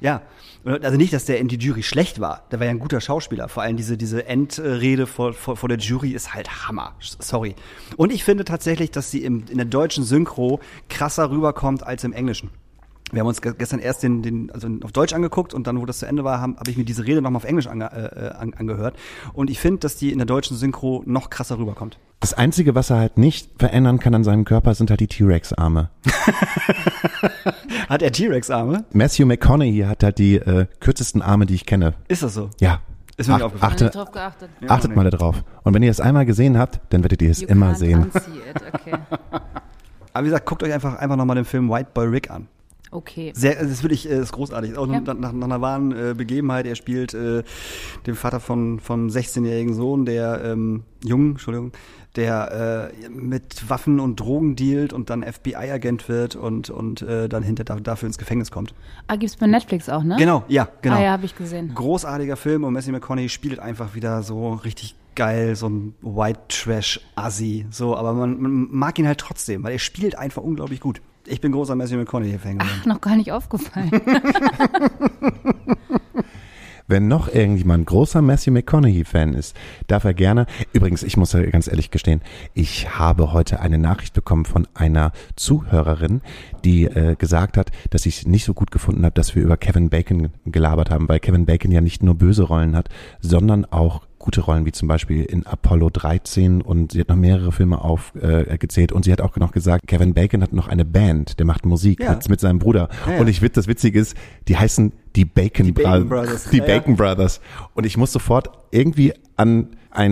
der in die Jury schlecht war. Der war ja ein guter Schauspieler. Vor allem diese Endrede vor der Jury ist halt Hammer. Sorry. Und ich finde tatsächlich, dass sie in der deutschen Synchro krasser rüberkommt als im Englischen. Wir haben uns gestern erst also auf Deutsch angeguckt, und dann, wo das zu Ende war, habe ich mir diese Rede nochmal auf Englisch angehört. Und ich finde, dass die in der deutschen Synchro noch krasser rüberkommt. Das Einzige, was er halt nicht verändern kann an seinem Körper, sind halt die T-Rex-Arme. Hat er T-Rex-Arme? Matthew McConaughey hat halt die kürzesten Arme, die ich kenne. Ist das so? Ja. Ist mir nicht aufgefallen. Ich habe nicht drauf geachtet. Achtet mal da drauf. Und wenn ihr es einmal gesehen habt, dann werdet ihr es immer sehen. Okay. Aber wie gesagt, guckt euch einfach nochmal den Film White Boy Rick an. Okay. Das ist großartig. Auch nach einer wahren Begebenheit. Er spielt den Vater von 16-jährigen Sohn, der der mit Waffen und Drogen dealt und dann FBI-Agent wird und dann dafür ins Gefängnis kommt. Gibt's bei Netflix auch, ne? Genau. Ja, habe ich gesehen. Großartiger Film, und Matthew McConaughey spielt einfach wieder so richtig geil, so ein White Trash Assi, so, aber man mag ihn halt trotzdem, weil er spielt einfach unglaublich gut. Ich bin großer Matthew McConaughey-Fan geworden. Noch gar nicht aufgefallen. Wenn noch irgendjemand großer Matthew McConaughey-Fan ist, darf er gerne. Übrigens, ich muss ja ganz ehrlich gestehen, ich habe heute eine Nachricht bekommen von einer Zuhörerin, die gesagt hat, dass ich es nicht so gut gefunden habe, dass wir über Kevin Bacon gelabert haben, weil Kevin Bacon ja nicht nur böse Rollen hat, sondern auch gute Rollen, wie zum Beispiel in Apollo 13, und sie hat noch mehrere Filme aufgezählt und sie hat auch noch gesagt, Kevin Bacon hat noch eine Band, der macht Musik mit seinem Bruder. Ja. Und das Witzige ist, die heißen die Bacon Brothers. Die Bacon Brothers. Und ich muss sofort irgendwie an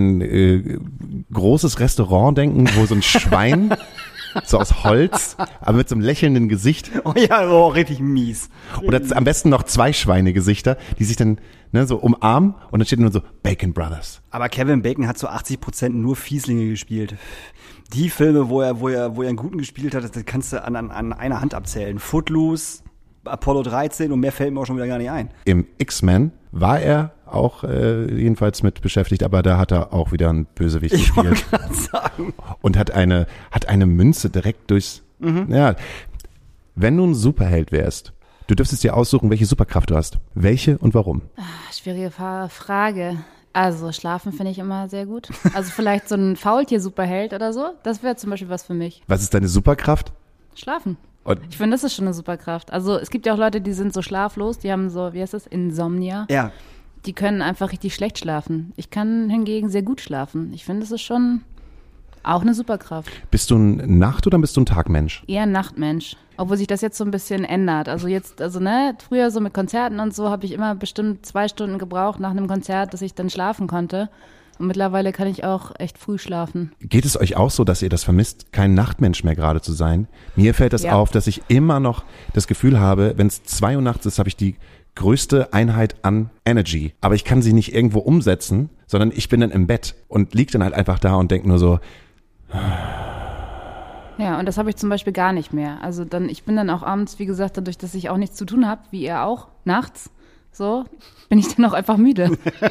ein großes Restaurant denken, wo so ein Schwein so aus Holz, aber mit so einem lächelnden Gesicht. Oh ja, oh, richtig mies. Oder am besten noch 2 Schweinegesichter, die sich dann so umarmen und dann steht nur so Bacon Brothers. Aber Kevin Bacon hat so 80% nur Fieslinge gespielt. Die Filme, wo er einen Guten gespielt hat, das kannst du an einer Hand abzählen. Footloose, Apollo 13 und mehr fällt mir auch schon wieder gar nicht ein. Im X-Men war er auch jedenfalls mit beschäftigt, aber da hat er auch wieder einen Bösewicht gespielt. Ich wollte gerade sagen. Und hat eine Münze direkt durchs... Ja, wenn du ein Superheld wärst, du dürftest dir aussuchen, welche Superkraft du hast. Welche und warum? Schwierige Frage. Also schlafen finde ich immer sehr gut. Also vielleicht so ein Faultier-Superheld oder so. Das wäre zum Beispiel was für mich. Was ist deine Superkraft? Schlafen. Und ich finde, das ist schon eine Superkraft. Also es gibt ja auch Leute, die sind so schlaflos, die haben so, wie heißt das, Insomnia. Ja. Die können einfach richtig schlecht schlafen. Ich kann hingegen sehr gut schlafen. Ich finde, das ist schon auch eine Superkraft. Bist du ein Nacht- oder bist du ein Tagmensch? Eher ein Nachtmensch. Obwohl sich das jetzt so ein bisschen ändert. Also früher so mit Konzerten und so habe ich immer bestimmt 2 Stunden gebraucht nach einem Konzert, dass ich dann schlafen konnte. Und mittlerweile kann ich auch echt früh schlafen. Geht es euch auch so, dass ihr das vermisst, kein Nachtmensch mehr gerade zu sein? Mir fällt das auf, dass ich immer noch das Gefühl habe, wenn es 2 Uhr nachts ist, habe ich die größte Einheit an Energy. Aber ich kann sie nicht irgendwo umsetzen, sondern ich bin dann im Bett und lieg dann halt einfach da und denke nur so... Ja, und das habe ich zum Beispiel gar nicht mehr. Also ich bin dann auch abends, wie gesagt, dadurch, dass ich auch nichts zu tun habe, wie ihr auch, nachts, so, bin ich dann auch einfach müde.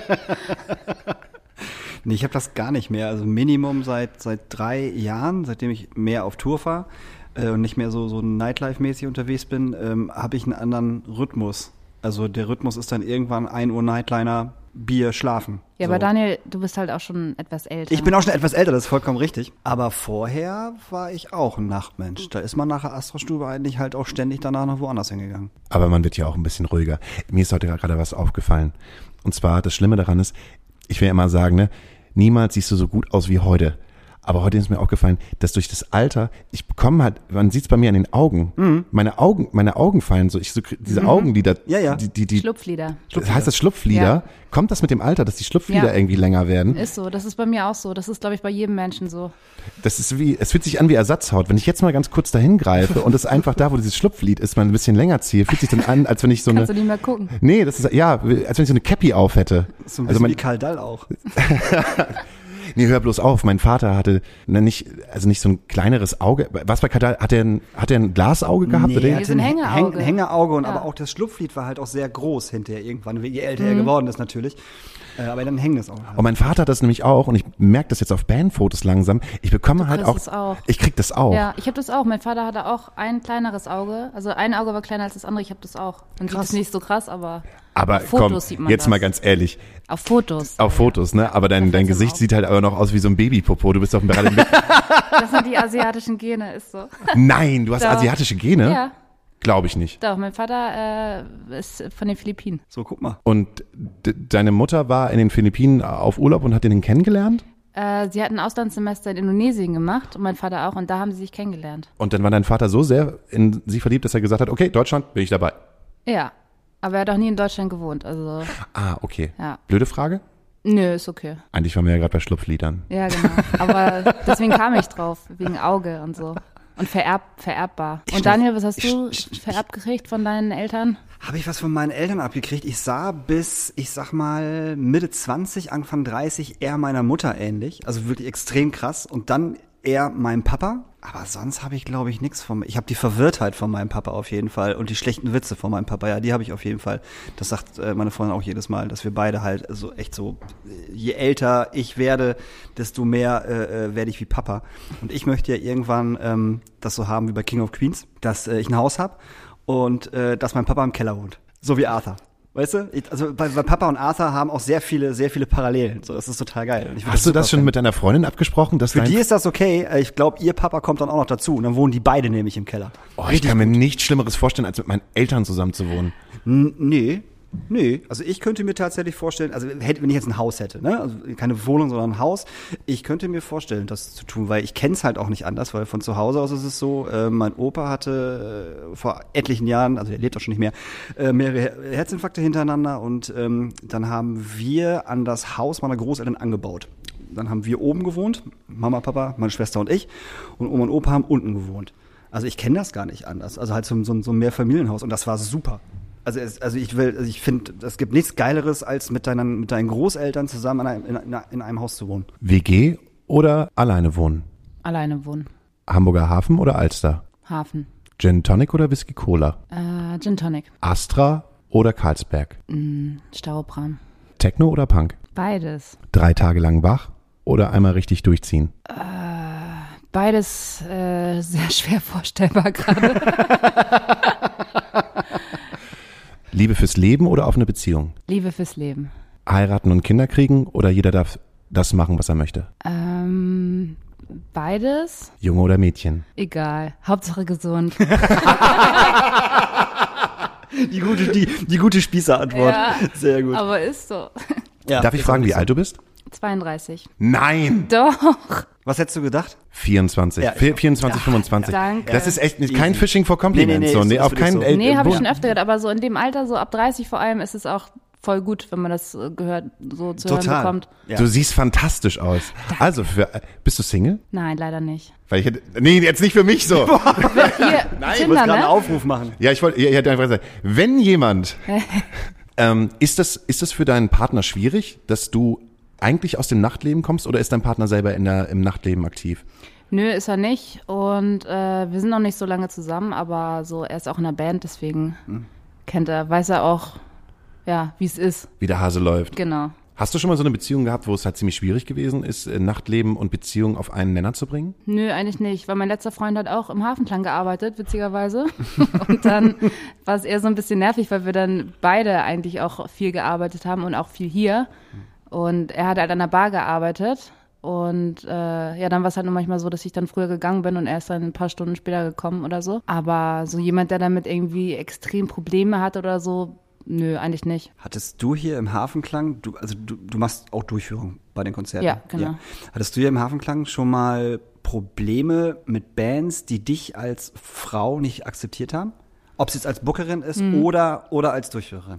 Nee, ich habe das gar nicht mehr. Also Minimum seit 3 Jahren, seitdem ich mehr auf Tour fahre und nicht mehr so Nightlife-mäßig unterwegs bin, habe ich einen anderen Rhythmus. Also der Rhythmus ist dann irgendwann 1 Uhr Nightliner, Bier, Schlafen. Ja, so. Aber Daniel, du bist halt auch schon etwas älter. Ich bin auch schon etwas älter, das ist vollkommen richtig. Aber vorher war ich auch ein Nachtmensch. Da ist man nach der Astra-Stube eigentlich halt auch ständig danach noch woanders hingegangen. Aber man wird ja auch ein bisschen ruhiger. Mir ist heute gerade was aufgefallen. Und zwar, das Schlimme daran ist, ich will immer sagen, ne, niemals siehst du so gut aus wie heute. Aber heute ist mir aufgefallen, dass durch das Alter, ich bekomme halt, man sieht es bei mir an den Augen, meine Augen fallen so, diese Augenlider, die Schlupflider. Heißt das Schlupflider? Ja. Kommt das mit dem Alter, dass die Schlupflider irgendwie länger werden? Ist so, das ist bei mir auch so. Das ist, glaube ich, bei jedem Menschen so. Es fühlt sich an wie Ersatzhaut. Wenn ich jetzt mal ganz kurz dahin greife und es einfach da, wo dieses Schlupflid ist, mal ein bisschen länger ziehe, fühlt sich dann an, als wenn ich so Kannst du nicht mehr gucken. Nee, das ist, als wenn ich so eine Cappy auf hätte. So ein bisschen wie Karl Dall auch. Nee, hör bloß auf. Mein Vater hatte nicht so ein kleineres Auge. Was bei Kadal? Hat er ein Glasauge gehabt? Nee, oder? er hatte ein Hängeauge. Hängeauge aber auch das Schlupflid war halt auch sehr groß hinterher irgendwann, je älter er geworden ist natürlich. Aber dann hängt es auch. Und mein Vater hat das nämlich auch, und ich merke das jetzt auf Bandfotos langsam. Ich bekomme halt auch. Ich krieg das auch. Ja, ich habe das auch. Mein Vater hatte auch ein kleineres Auge. Also ein Auge war kleiner als das andere. Ich habe das auch. Man sieht es nicht so krass, aber auf Fotos komm, sieht man jetzt das. mal ganz ehrlich. Auf Fotos. Auf Fotos, ne? Aber dein Gesicht sieht halt aber noch aus wie so ein Babypopo. Du bist doch gerade mit. Das sind die asiatischen Gene, ist so. Nein, du hast Doch. asiatische Gene? Ja. Glaube ich nicht. Doch, mein Vater ist von den Philippinen. So, guck mal. Und deine Mutter war in den Philippinen auf Urlaub und hat den kennengelernt? Sie hat ein Auslandssemester in Indonesien gemacht und mein Vater auch, und da haben sie sich kennengelernt. Und dann war dein Vater so sehr in sie verliebt, dass er gesagt hat, okay, Deutschland, bin ich dabei. Ja, aber er hat auch nie in Deutschland gewohnt, also. Ah, okay. Ja. Blöde Frage? Nö, ist okay. Eigentlich waren wir ja gerade bei Schlupfliedern. Ja, genau. Aber deswegen kam ich drauf, wegen Auge und so. Und vererbbar. Und Daniel, was hast du vererbt gekriegt von deinen Eltern? Habe ich was von meinen Eltern abgekriegt? Ich sah bis, ich sag mal, Mitte 20, Anfang 30 eher meiner Mutter ähnlich. Also wirklich extrem krass. Und dann eher meinem Papa. Aber sonst habe ich, glaube ich, nichts von mir. Ich habe die Verwirrtheit von meinem Papa auf jeden Fall. Und die schlechten Witze von meinem Papa, ja, die habe ich auf jeden Fall. Das sagt meine Freundin auch jedes Mal, dass wir beide halt so echt so, je älter ich werde, desto mehr werde ich wie Papa. Und ich möchte ja irgendwann das so haben wie bei King of Queens, dass ich ein Haus habe und dass mein Papa im Keller wohnt. So wie Arthur. Weißt du? Weil Papa und Arthur haben auch sehr viele Parallelen. So, das ist total geil. Und ich Hast du das schon mit deiner Freundin abgesprochen? Dass Für die ist das okay. Ich glaube, ihr Papa kommt dann auch noch dazu. Und dann wohnen die beide nämlich im Keller. Oh, ich kann mir nichts Schlimmeres vorstellen, als mit meinen Eltern zusammen zu wohnen. Nee, also ich könnte mir tatsächlich vorstellen, also wenn ich jetzt ein Haus hätte, ne, also keine Wohnung, sondern ein Haus, ich könnte mir vorstellen, das zu tun, weil ich kenne es halt auch nicht anders, weil von zu Hause aus ist es so, mein Opa hatte vor etlichen Jahren, also er lebt auch schon nicht mehr, mehrere Herzinfarkte hintereinander und dann haben wir an das Haus meiner Großeltern angebaut. Dann haben wir oben gewohnt, Mama, Papa, meine Schwester und ich, und Oma und Opa haben unten gewohnt. Also ich kenne das gar nicht anders, also halt so ein Mehrfamilienhaus und das war super. Also ich finde, es gibt nichts Geileres, als mit deinen Großeltern zusammen in einem Haus zu wohnen. WG oder alleine wohnen? Alleine wohnen. Hamburger Hafen oder Alster? Hafen. Gin Tonic oder Whisky Cola? Gin Tonic. Astra oder Carlsberg? Staubram. Techno oder Punk? Beides. 3 Tage lang wach oder einmal richtig durchziehen? Beides sehr schwer vorstellbar gerade. Liebe fürs Leben oder offene Beziehung? Liebe fürs Leben. Heiraten und Kinder kriegen oder jeder darf das machen, was er möchte? Beides. Junge oder Mädchen? Egal. Hauptsache gesund. Die gute Spießerantwort. Ja, sehr gut. aber ist so. Ja, Darf ich fragen, wie alt du bist? 32. Nein! Doch. Was hättest du gedacht? 24. Ja. 24, 25. Danke. Das ist echt kein Phishing for Compliments. Nee, so. ist Auf wirklich keinen. so. Nee, habe ich schon öfter gehört, aber so in dem Alter, so ab 30 vor allem, ist es auch voll gut, wenn man das gehört, so zu hören bekommt. Ja. Du siehst fantastisch aus. Also, bist du Single? Nein, leider nicht. Weil nee, jetzt nicht für mich so. Hier, Ich muss Tinder, gerade einen ne? Aufruf machen. Ja, ich hätte einfach gesagt, wenn jemand, ist das für deinen Partner schwierig, dass du eigentlich aus dem Nachtleben kommst oder ist dein Partner selber im Nachtleben aktiv? Nö, ist er nicht. Und wir sind noch nicht so lange zusammen, aber so, er ist auch in der Band, deswegen weiß er auch, ja, wie es ist. Wie der Hase läuft. Genau. Hast du schon mal so eine Beziehung gehabt, wo es halt ziemlich schwierig gewesen ist, Nachtleben und Beziehung auf einen Nenner zu bringen? Nö, eigentlich nicht, weil mein letzter Freund hat auch im Hafenklang gearbeitet, witzigerweise. Und dann war es eher so ein bisschen nervig, weil wir dann beide eigentlich auch viel gearbeitet haben und auch viel hier. Und er hat halt an der Bar gearbeitet. Und ja, dann war es halt nur manchmal so, dass ich dann früher gegangen bin und er ist dann ein paar Stunden später gekommen oder so. Aber so jemand, der damit irgendwie extrem Probleme hat oder so, nö, eigentlich nicht. Hattest du hier im Hafenklang, du machst auch Durchführung bei den Konzerten? Ja, genau. Hattest du hier im Hafenklang schon mal Probleme mit Bands, die dich als Frau nicht akzeptiert haben? Ob es jetzt als Bookerin ist oder als Durchführerin?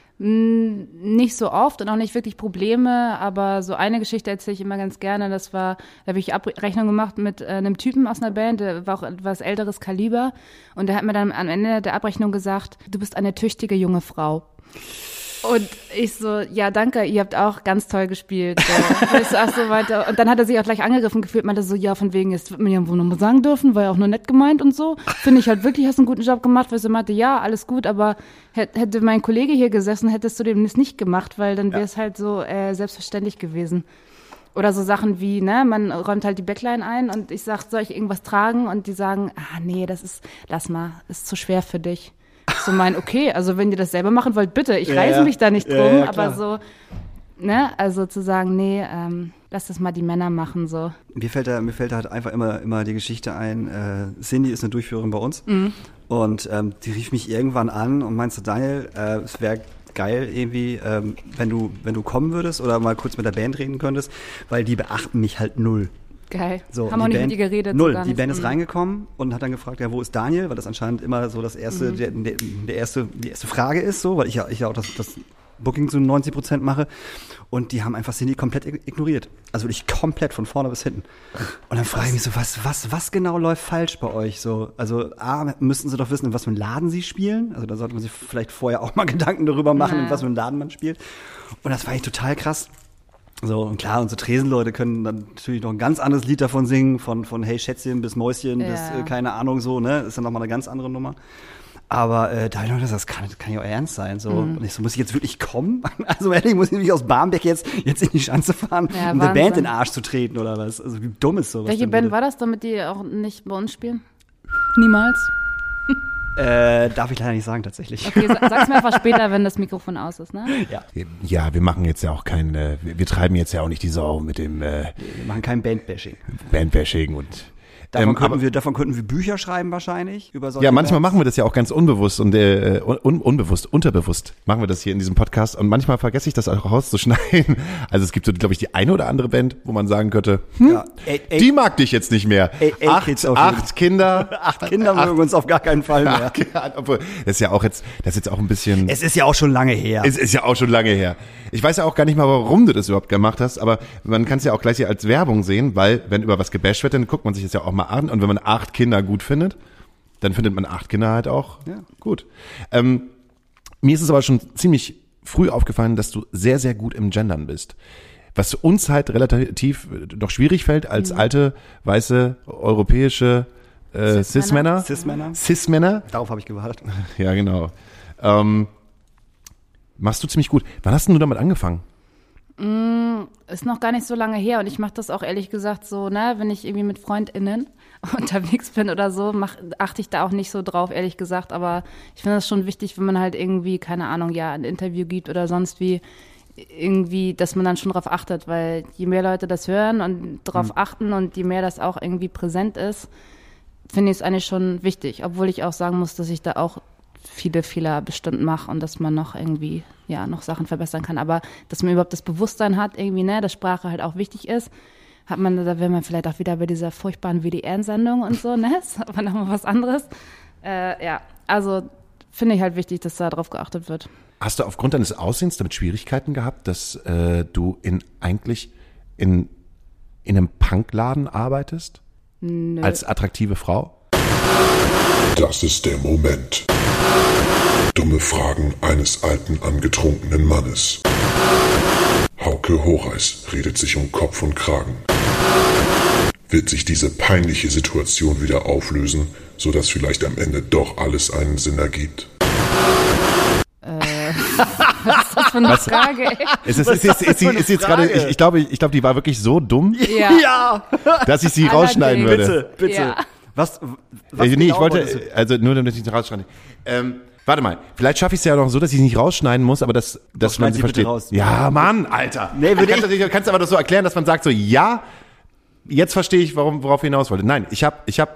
Nicht so oft und auch nicht wirklich Probleme, aber so eine Geschichte erzähle ich immer ganz gerne. Da habe ich Abrechnung gemacht mit einem Typen aus einer Band, der war auch etwas älteres Kaliber und der hat mir dann am Ende der Abrechnung gesagt, du bist eine tüchtige junge Frau. Und ich so, ja, danke, ihr habt auch ganz toll gespielt. So. Ich so, ach so weiter. Und dann hat er sich auch gleich angegriffen gefühlt, meinte so, ja, von wegen, jetzt wird man ja wohl nochmal sagen dürfen, war ja auch nur nett gemeint und so. Finde ich halt wirklich, hast einen guten Job gemacht, weil sie meinte, ja, alles gut, aber hätte mein Kollege hier gesessen, hättest du dem das nicht gemacht, weil dann wäre es halt so selbstverständlich gewesen. Oder so Sachen wie, ne, man räumt halt die Backline ein und ich sag, soll ich irgendwas tragen? Und die sagen, nee, lass mal, ist zu schwer für dich. So okay, also wenn ihr das selber machen wollt, bitte, ich reiße mich da nicht drum, aber so, ne, also zu sagen, nee, lass das mal die Männer machen, so. Mir fällt da halt einfach immer die Geschichte ein, Cindy ist eine Durchführerin bei uns und die rief mich irgendwann an und meinte, Daniel, es wäre geil irgendwie, wenn du kommen würdest oder mal kurz mit der Band reden könntest, weil die beachten mich halt null. Geil. So, haben auch nicht mit ihr geredet. Null. So die Band ist reingekommen und hat dann gefragt, ja, wo ist Daniel? Weil das anscheinend immer so das erste, die erste Frage ist, so, weil ich ja auch das Booking zu 90% mache. Und die haben einfach Cindy komplett ignoriert. Also wirklich komplett von vorne bis hinten. Und dann frage ich mich so, was genau läuft falsch bei euch? So, also müssten sie doch wissen, in was für einen Laden sie spielen. Also da sollte man sich vielleicht vorher auch mal Gedanken darüber machen, in was für einen Laden man spielt. Und das war echt total krass. So, und klar, unsere Tresenleute können dann natürlich noch ein ganz anderes Lied davon singen, von Hey Schätzchen bis Mäuschen bis keine Ahnung so, ne? Ist dann nochmal eine ganz andere Nummer. Aber da ich noch das kann ja auch ernst sein. So. Und ich so, muss ich jetzt wirklich kommen? Also ehrlich, muss ich mich aus Barmbek jetzt in die Schanze fahren, um der Band in den Arsch zu treten oder was? Also wie dumm ist sowas? Welche Band war das, damit die auch nicht bei uns spielen? Niemals. Darf ich leider nicht sagen, tatsächlich. Okay, sag's mir einfach später, wenn das Mikrofon aus ist, ne? Ja, wir machen jetzt ja auch wir treiben jetzt ja auch nicht die Sau mit dem Wir machen kein Bandbashing. Bandbashing und Davon könnten wir Bücher schreiben wahrscheinlich. Über solche ja, manchmal Bands. machen wir das ja auch ganz unbewusst und unterbewusst machen wir das hier in diesem Podcast und manchmal vergesse ich das auch rauszuschneiden. Also es gibt so, glaube ich, die eine oder andere Band, wo man sagen könnte, Ja, die mag dich jetzt nicht mehr. Kids auf jeden Acht Kinder. Acht Kinder mögen uns auf gar keinen Fall mehr. Obwohl, das ist jetzt auch ein bisschen. Es ist ja auch schon lange her. Es ist ja auch schon lange her. Ich weiß ja auch gar nicht mal, warum du das überhaupt gemacht hast, aber man kann es ja auch gleich hier als Werbung sehen, weil wenn über was gebasht wird, dann guckt man sich das ja auch mal an und wenn man 8 Kinder gut findet, dann findet man 8 Kinder halt auch gut. Mir ist es aber schon ziemlich früh aufgefallen, dass du sehr, sehr gut im Gendern bist. Was uns halt relativ noch schwierig fällt als alte, weiße, europäische Cis-Männer. Cis-Männer. Darauf habe ich gewartet. Ja, genau. Machst du ziemlich gut. Wann hast denn du damit angefangen? Ist noch gar nicht so lange her und ich mache das auch ehrlich gesagt so, ne, wenn ich irgendwie mit FreundInnen unterwegs bin oder so, achte ich da auch nicht so drauf, ehrlich gesagt, aber ich finde das schon wichtig, wenn man halt irgendwie, keine Ahnung, ja, ein Interview gibt oder sonst wie, irgendwie, dass man dann schon drauf achtet, weil je mehr Leute das hören und drauf achten und je mehr das auch irgendwie präsent ist, finde ich es eigentlich schon wichtig, obwohl ich auch sagen muss, dass ich da auch viele Fehler bestimmt mache und dass man noch irgendwie, ja, noch Sachen verbessern kann. Aber dass man überhaupt das Bewusstsein hat, irgendwie, ne, dass Sprache halt auch wichtig ist, da wäre man vielleicht auch wieder bei dieser furchtbaren WDR-Sendung und so, ne, ist aber nochmal was anderes. Ja, also finde ich halt wichtig, dass da drauf geachtet wird. Hast du aufgrund deines Aussehens damit Schwierigkeiten gehabt, dass du eigentlich in einem Punkladen arbeitest? Nö. Als attraktive Frau? Das ist der Moment. Dumme Fragen eines alten, angetrunkenen Mannes. Hauke Horeis redet sich um Kopf und Kragen. Wird sich diese peinliche Situation wieder auflösen, sodass vielleicht am Ende doch alles einen Sinn ergibt? Was ist das für eine Frage, ey? Ist jetzt gerade, ich glaube, die war wirklich so dumm, Ja. dass ich sie rausschneiden Allerdings. würde. Bitte. Ja. Was Nee, genau ich wolltest du? wollte, also nur damit ich nicht rausschneide. Warte mal, vielleicht schaffe ich es ja noch so, dass ich es nicht rausschneiden muss, aber dass man schneid sie sie bitte versteht. raus. Ja, Mann, Alter. Nee, kannst du aber das so erklären, dass man sagt so, ja, jetzt verstehe ich, worauf ich hinaus wollte. Nein, ich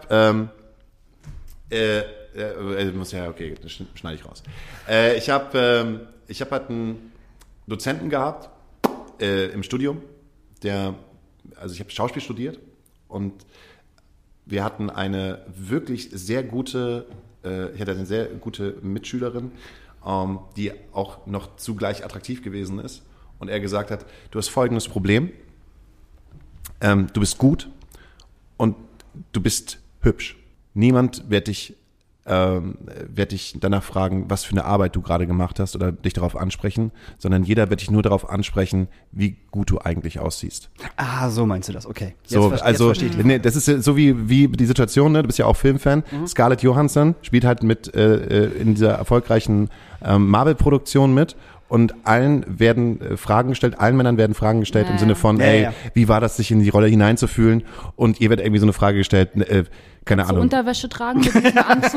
muss ja, okay, das schneide ich raus. Ich habe halt einen Dozenten gehabt im Studium, also ich habe Schauspiel studiert und wir hatten eine wirklich sehr gute, ich hatte eine sehr gute Mitschülerin, die auch noch zugleich attraktiv gewesen ist und er gesagt hat, du hast folgendes Problem, du bist gut und du bist hübsch. Niemand wird dich danach fragen, was für eine Arbeit du gerade gemacht hast oder dich darauf ansprechen, sondern jeder wird dich nur darauf ansprechen, wie gut du eigentlich aussiehst. Ah, so meinst du das, okay. Jetzt verstehe ich. Nee, das ist so wie die Situation, ne? Du bist ja auch Filmfan. Scarlett Johansson spielt halt mit in dieser erfolgreichen Marvel-Produktion mit. Und allen Männern werden Fragen gestellt im Sinne von, wie war das, sich in die Rolle hineinzufühlen? Und ihr wird irgendwie so eine Frage gestellt, keine Ahnung. Unterwäsche tragen mit diesem Anzug?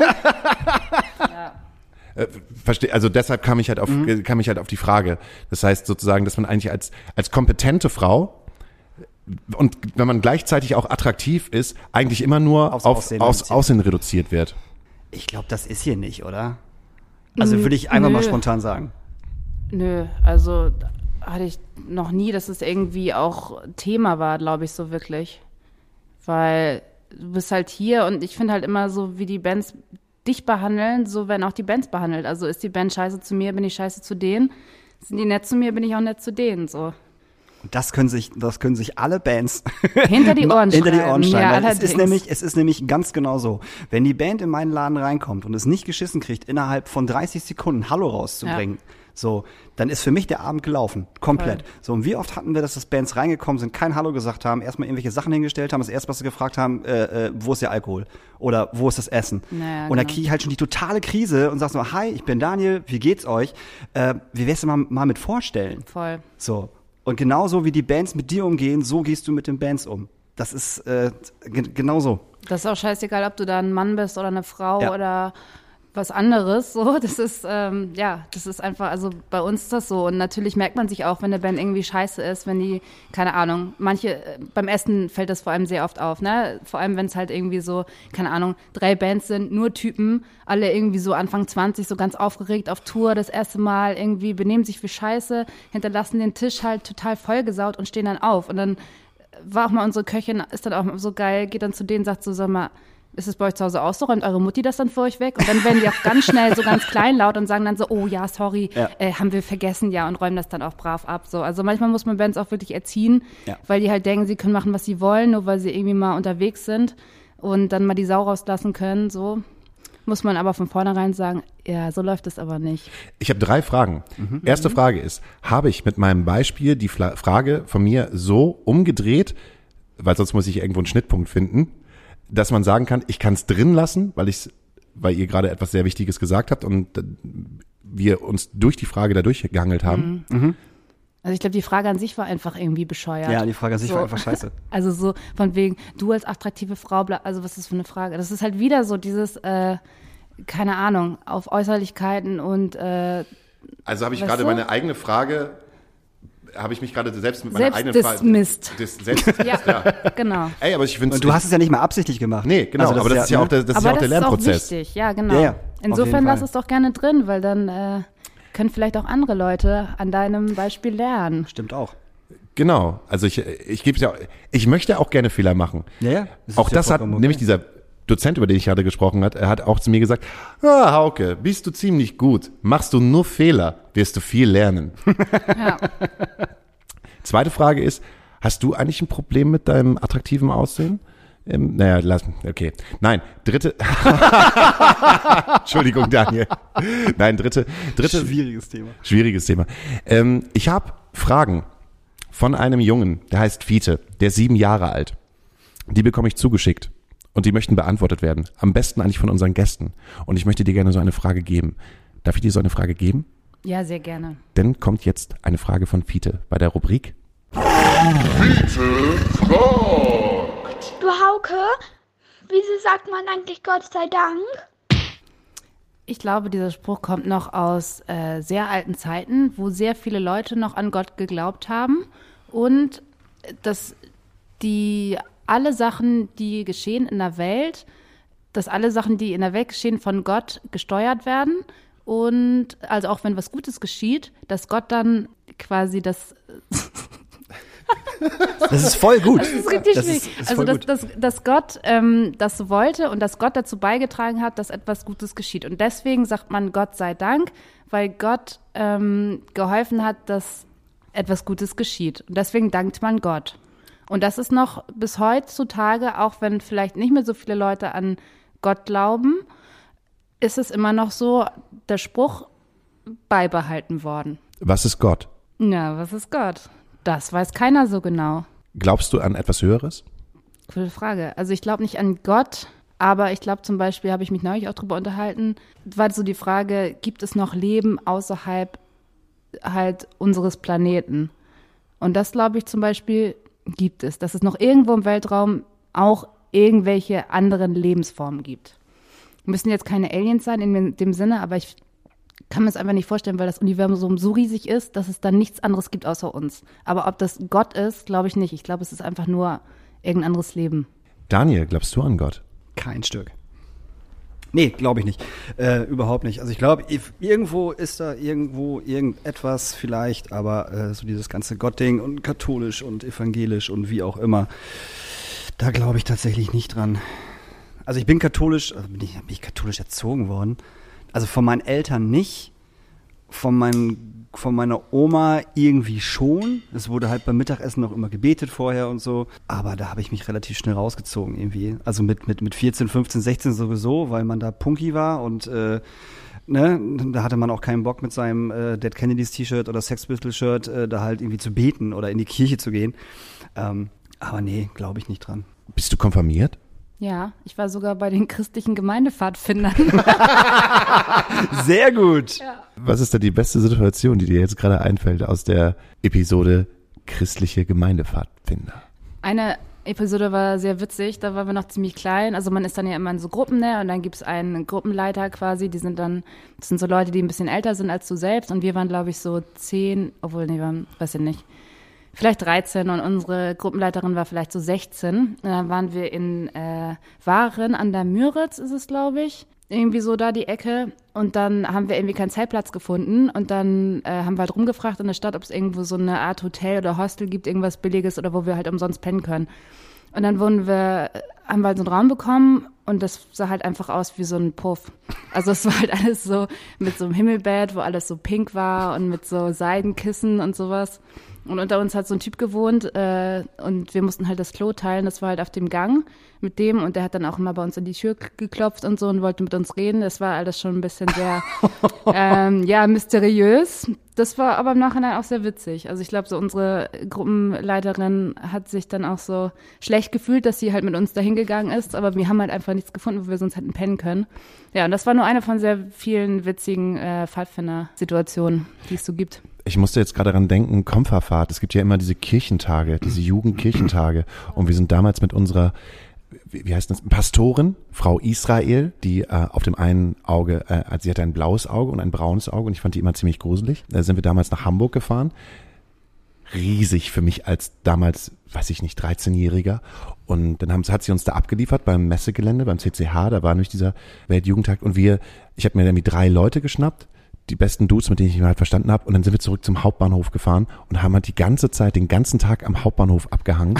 Verstehe, also deshalb kam ich halt auf die Frage. Das heißt sozusagen, dass man eigentlich als kompetente Frau und wenn man gleichzeitig auch attraktiv ist, eigentlich immer nur aufs Aussehen reduziert wird. Ich glaube, das ist hier nicht, oder? Also würde ich einfach mal spontan sagen. Nö, also hatte ich noch nie, dass es irgendwie auch Thema war, glaube ich, so wirklich. Weil du bist halt hier und ich finde halt immer so, wie die Bands dich behandeln, so werden auch die Bands behandelt. Also ist die Band scheiße zu mir, bin ich scheiße zu denen. Sind die nett zu mir, bin ich auch nett zu denen, so. Und das können sich alle Bands hinter die Ohren schreiben. Ja, es ist nämlich ganz genau so. Wenn die Band in meinen Laden reinkommt und es nicht geschissen kriegt, innerhalb von 30 Sekunden Hallo rauszubringen, so, dann ist für mich der Abend gelaufen. Komplett. Voll. So, und wie oft hatten wir, dass Bands reingekommen sind, kein Hallo gesagt haben, erstmal irgendwelche Sachen hingestellt haben, das erste, was sie gefragt haben, wo ist der Alkohol? Oder wo ist das Essen? Naja, und dann kriege ich halt schon die totale Krise und sag so, hi, ich bin Daniel, wie geht's euch? Wie wär's denn mal mit vorstellen? Voll. So. Und genauso wie die Bands mit dir umgehen, so gehst du mit den Bands um. Das ist genau so. Das ist auch scheißegal, ob du da ein Mann bist oder eine Frau oder was anderes, so, das ist, das ist einfach, also bei uns ist das so und natürlich merkt man sich auch, wenn eine Band irgendwie scheiße ist, wenn die, keine Ahnung, beim Essen fällt das vor allem sehr oft auf, ne, vor allem wenn es halt irgendwie so, keine Ahnung, 3 Bands sind, nur Typen, alle irgendwie so Anfang 20, so ganz aufgeregt auf Tour, das erste Mal irgendwie benehmen sich wie scheiße, hinterlassen den Tisch halt total vollgesaut und stehen dann auf und dann war auch mal unsere Köchin, ist dann auch so geil, geht dann zu denen, sagt so, sag mal, ist es bei euch zu Hause auch so? Räumt eure Mutti das dann für euch weg? Und dann werden die auch ganz schnell so ganz kleinlaut und sagen dann so, oh ja, sorry, haben wir vergessen, ja, und räumen das dann auch brav ab. So. Also manchmal muss man Bands auch wirklich erziehen, weil die halt denken, sie können machen, was sie wollen, nur weil sie irgendwie mal unterwegs sind und dann mal die Sau rauslassen können. So muss man aber von vornherein sagen, ja, so läuft es aber nicht. Ich habe 3 Fragen. Erste Frage ist, habe ich mit meinem Beispiel die Frage von mir so umgedreht, weil sonst muss ich irgendwo einen Schnittpunkt finden, dass man sagen kann, ich kann es drin lassen, weil ihr gerade etwas sehr Wichtiges gesagt habt und wir uns durch die Frage da durchgehangelt haben. Also ich glaube, die Frage an sich war einfach irgendwie bescheuert. Ja, die Frage an sich war einfach scheiße. Also so von wegen, du als attraktive Frau, also was ist das für eine Frage? Das ist halt wieder so dieses, keine Ahnung, auf Äußerlichkeiten und also habe ich gerade meine eigene Frage, habe ich mich gerade selbst mit meiner eigenen Frage... Selbstdismist. Ja, genau. Ey, aber ich finde und du hast es ja nicht mal absichtlich gemacht. Nee, genau, also aber das ist ja auch der Lernprozess. Aber das ist auch wichtig, ja, genau. Ja, insofern lass es doch gerne drin, weil dann können vielleicht auch andere Leute an deinem Beispiel lernen. Stimmt auch. Genau, also ich gebe es ja, ich möchte auch gerne Fehler machen. Ja. Auch das hat nämlich dieser Dozent, über den ich gerade gesprochen habe, er hat auch zu mir gesagt, Hauke, bist du ziemlich gut, machst du nur Fehler, wirst du viel lernen. Ja. Zweite Frage ist, hast du eigentlich ein Problem mit deinem attraktiven Aussehen? Okay. Nein, dritte. Entschuldigung, Daniel. Nein, dritte. Schwieriges Thema. Ich habe Fragen von einem Jungen, der heißt Fiete, der ist 7 Jahre alt. Die bekomme ich zugeschickt. Und die möchten beantwortet werden. Am besten eigentlich von unseren Gästen. Und ich möchte dir gerne so eine Frage geben. Darf ich dir so eine Frage geben? Ja, sehr gerne. Dann kommt jetzt eine Frage von Fiete bei der Rubrik. Fiete fragt. Du Hauke, wieso sagt man eigentlich Gott sei Dank? Ich glaube, dieser Spruch kommt noch aus sehr alten Zeiten, wo sehr viele Leute noch an Gott geglaubt haben und dass alle Sachen, die geschehen in der Welt, dass alle Sachen, die in der Welt geschehen, von Gott gesteuert werden und also auch wenn was Gutes geschieht, dass Gott dann quasi das Das ist voll gut. Das ist richtig schwierig. Also, gut. dass Gott das so wollte und dass Gott dazu beigetragen hat, dass etwas Gutes geschieht. Und deswegen sagt man Gott sei Dank, weil Gott geholfen hat, dass etwas Gutes geschieht. Und deswegen dankt man Gott. Und das ist noch bis heutzutage, auch wenn vielleicht nicht mehr so viele Leute an Gott glauben, ist es immer noch so, der Spruch beibehalten worden. Was ist Gott? Ja, was ist Gott? Das weiß keiner so genau. Glaubst du an etwas Höheres? Coole Frage. Also ich glaube nicht an Gott, aber ich glaube zum Beispiel, habe ich mich neulich auch drüber unterhalten, war so die Frage, gibt es noch Leben außerhalb halt unseres Planeten? Und das glaube ich zum Beispiel gibt es, dass es noch irgendwo im Weltraum auch irgendwelche anderen Lebensformen gibt. Müssen jetzt keine Aliens sein in dem Sinne, aber ich kann mir es einfach nicht vorstellen, weil das Universum so riesig ist, dass es dann nichts anderes gibt außer uns. Aber ob das Gott ist, glaube ich nicht. Ich glaube, es ist einfach nur irgendein anderes Leben. Daniel, glaubst du an Gott? Kein Stück. Nee, glaube ich nicht. Überhaupt nicht. Also ich glaube, irgendwo ist da irgendetwas vielleicht, aber so dieses ganze Gottding und katholisch und evangelisch und wie auch immer, da glaube ich tatsächlich nicht dran. Also ich bin katholisch, bin ich katholisch erzogen worden. Also von meinen Eltern nicht, von meiner Oma irgendwie schon. Es wurde halt beim Mittagessen noch immer gebetet vorher und so. Aber da habe ich mich relativ schnell rausgezogen irgendwie. Also mit 14, 15, 16 sowieso, weil man da punky war und da hatte man auch keinen Bock mit seinem Dead Kennedys T-Shirt oder Sex Pistol Shirt da halt irgendwie zu beten oder in die Kirche zu gehen. Aber nee, glaube ich nicht dran. Bist du konfirmiert? Ja, ich war sogar bei den christlichen Gemeindepfadfindern. Sehr gut. Ja. Was ist denn die beste Situation, die dir jetzt gerade einfällt aus der Episode christliche Gemeindepfadfinder? Eine Episode war sehr witzig, da waren wir noch ziemlich klein. Also man ist dann ja immer in so Gruppen, ne? Und dann gibt's einen Gruppenleiter quasi, das sind so Leute, die ein bisschen älter sind als du selbst. Und wir waren, glaube ich, so 10, obwohl, nee, weiß ich nicht, vielleicht 13 und unsere Gruppenleiterin war vielleicht so 16. Und dann waren wir in Waren an der Müritz, ist es, glaube ich. Irgendwie so da die Ecke. Und dann haben wir irgendwie keinen Zeltplatz gefunden. Und dann haben wir halt rumgefragt in der Stadt, ob es irgendwo so eine Art Hotel oder Hostel gibt, irgendwas Billiges oder wo wir halt umsonst pennen können. Und dann haben wir halt so einen Raum bekommen und das sah halt einfach aus wie so ein Puff. Also es war halt alles so mit so einem Himmelbett, wo alles so pink war und mit so Seidenkissen und sowas. Und unter uns hat so ein Typ gewohnt und wir mussten halt das Klo teilen. Das war halt auf dem Gang mit dem und der hat dann auch immer bei uns in die Tür geklopft und so und wollte mit uns reden. Das war alles schon ein bisschen sehr, mysteriös. Das war aber im Nachhinein auch sehr witzig. Also ich glaube, so unsere Gruppenleiterin hat sich dann auch so schlecht gefühlt, dass sie halt mit uns dahin gegangen ist. Aber wir haben halt einfach nichts gefunden, wo wir sonst hätten pennen können. Ja, und das war nur eine von sehr vielen witzigen Pfadfinder-Situationen, die es so gibt. Ich musste jetzt gerade daran denken, Komferfahrt. Es gibt ja immer diese Kirchentage, diese Jugendkirchentage. Und wir sind damals mit unserer, wie heißt das, Pastorin, Frau Israel, die auf dem einen Auge, sie hatte ein blaues Auge und ein braunes Auge und ich fand die immer ziemlich gruselig. Da sind wir damals nach Hamburg gefahren. Riesig für mich als damals, weiß ich nicht, 13-Jähriger. Und dann hat sie uns da abgeliefert beim Messegelände, beim CCH, da war nämlich dieser Weltjugendtag und ich habe mir dann 3 Leute geschnappt, die besten Dudes, mit denen ich mich halt verstanden habe. Und dann sind wir zurück zum Hauptbahnhof gefahren und haben halt die ganze Zeit, den ganzen Tag am Hauptbahnhof abgehangen.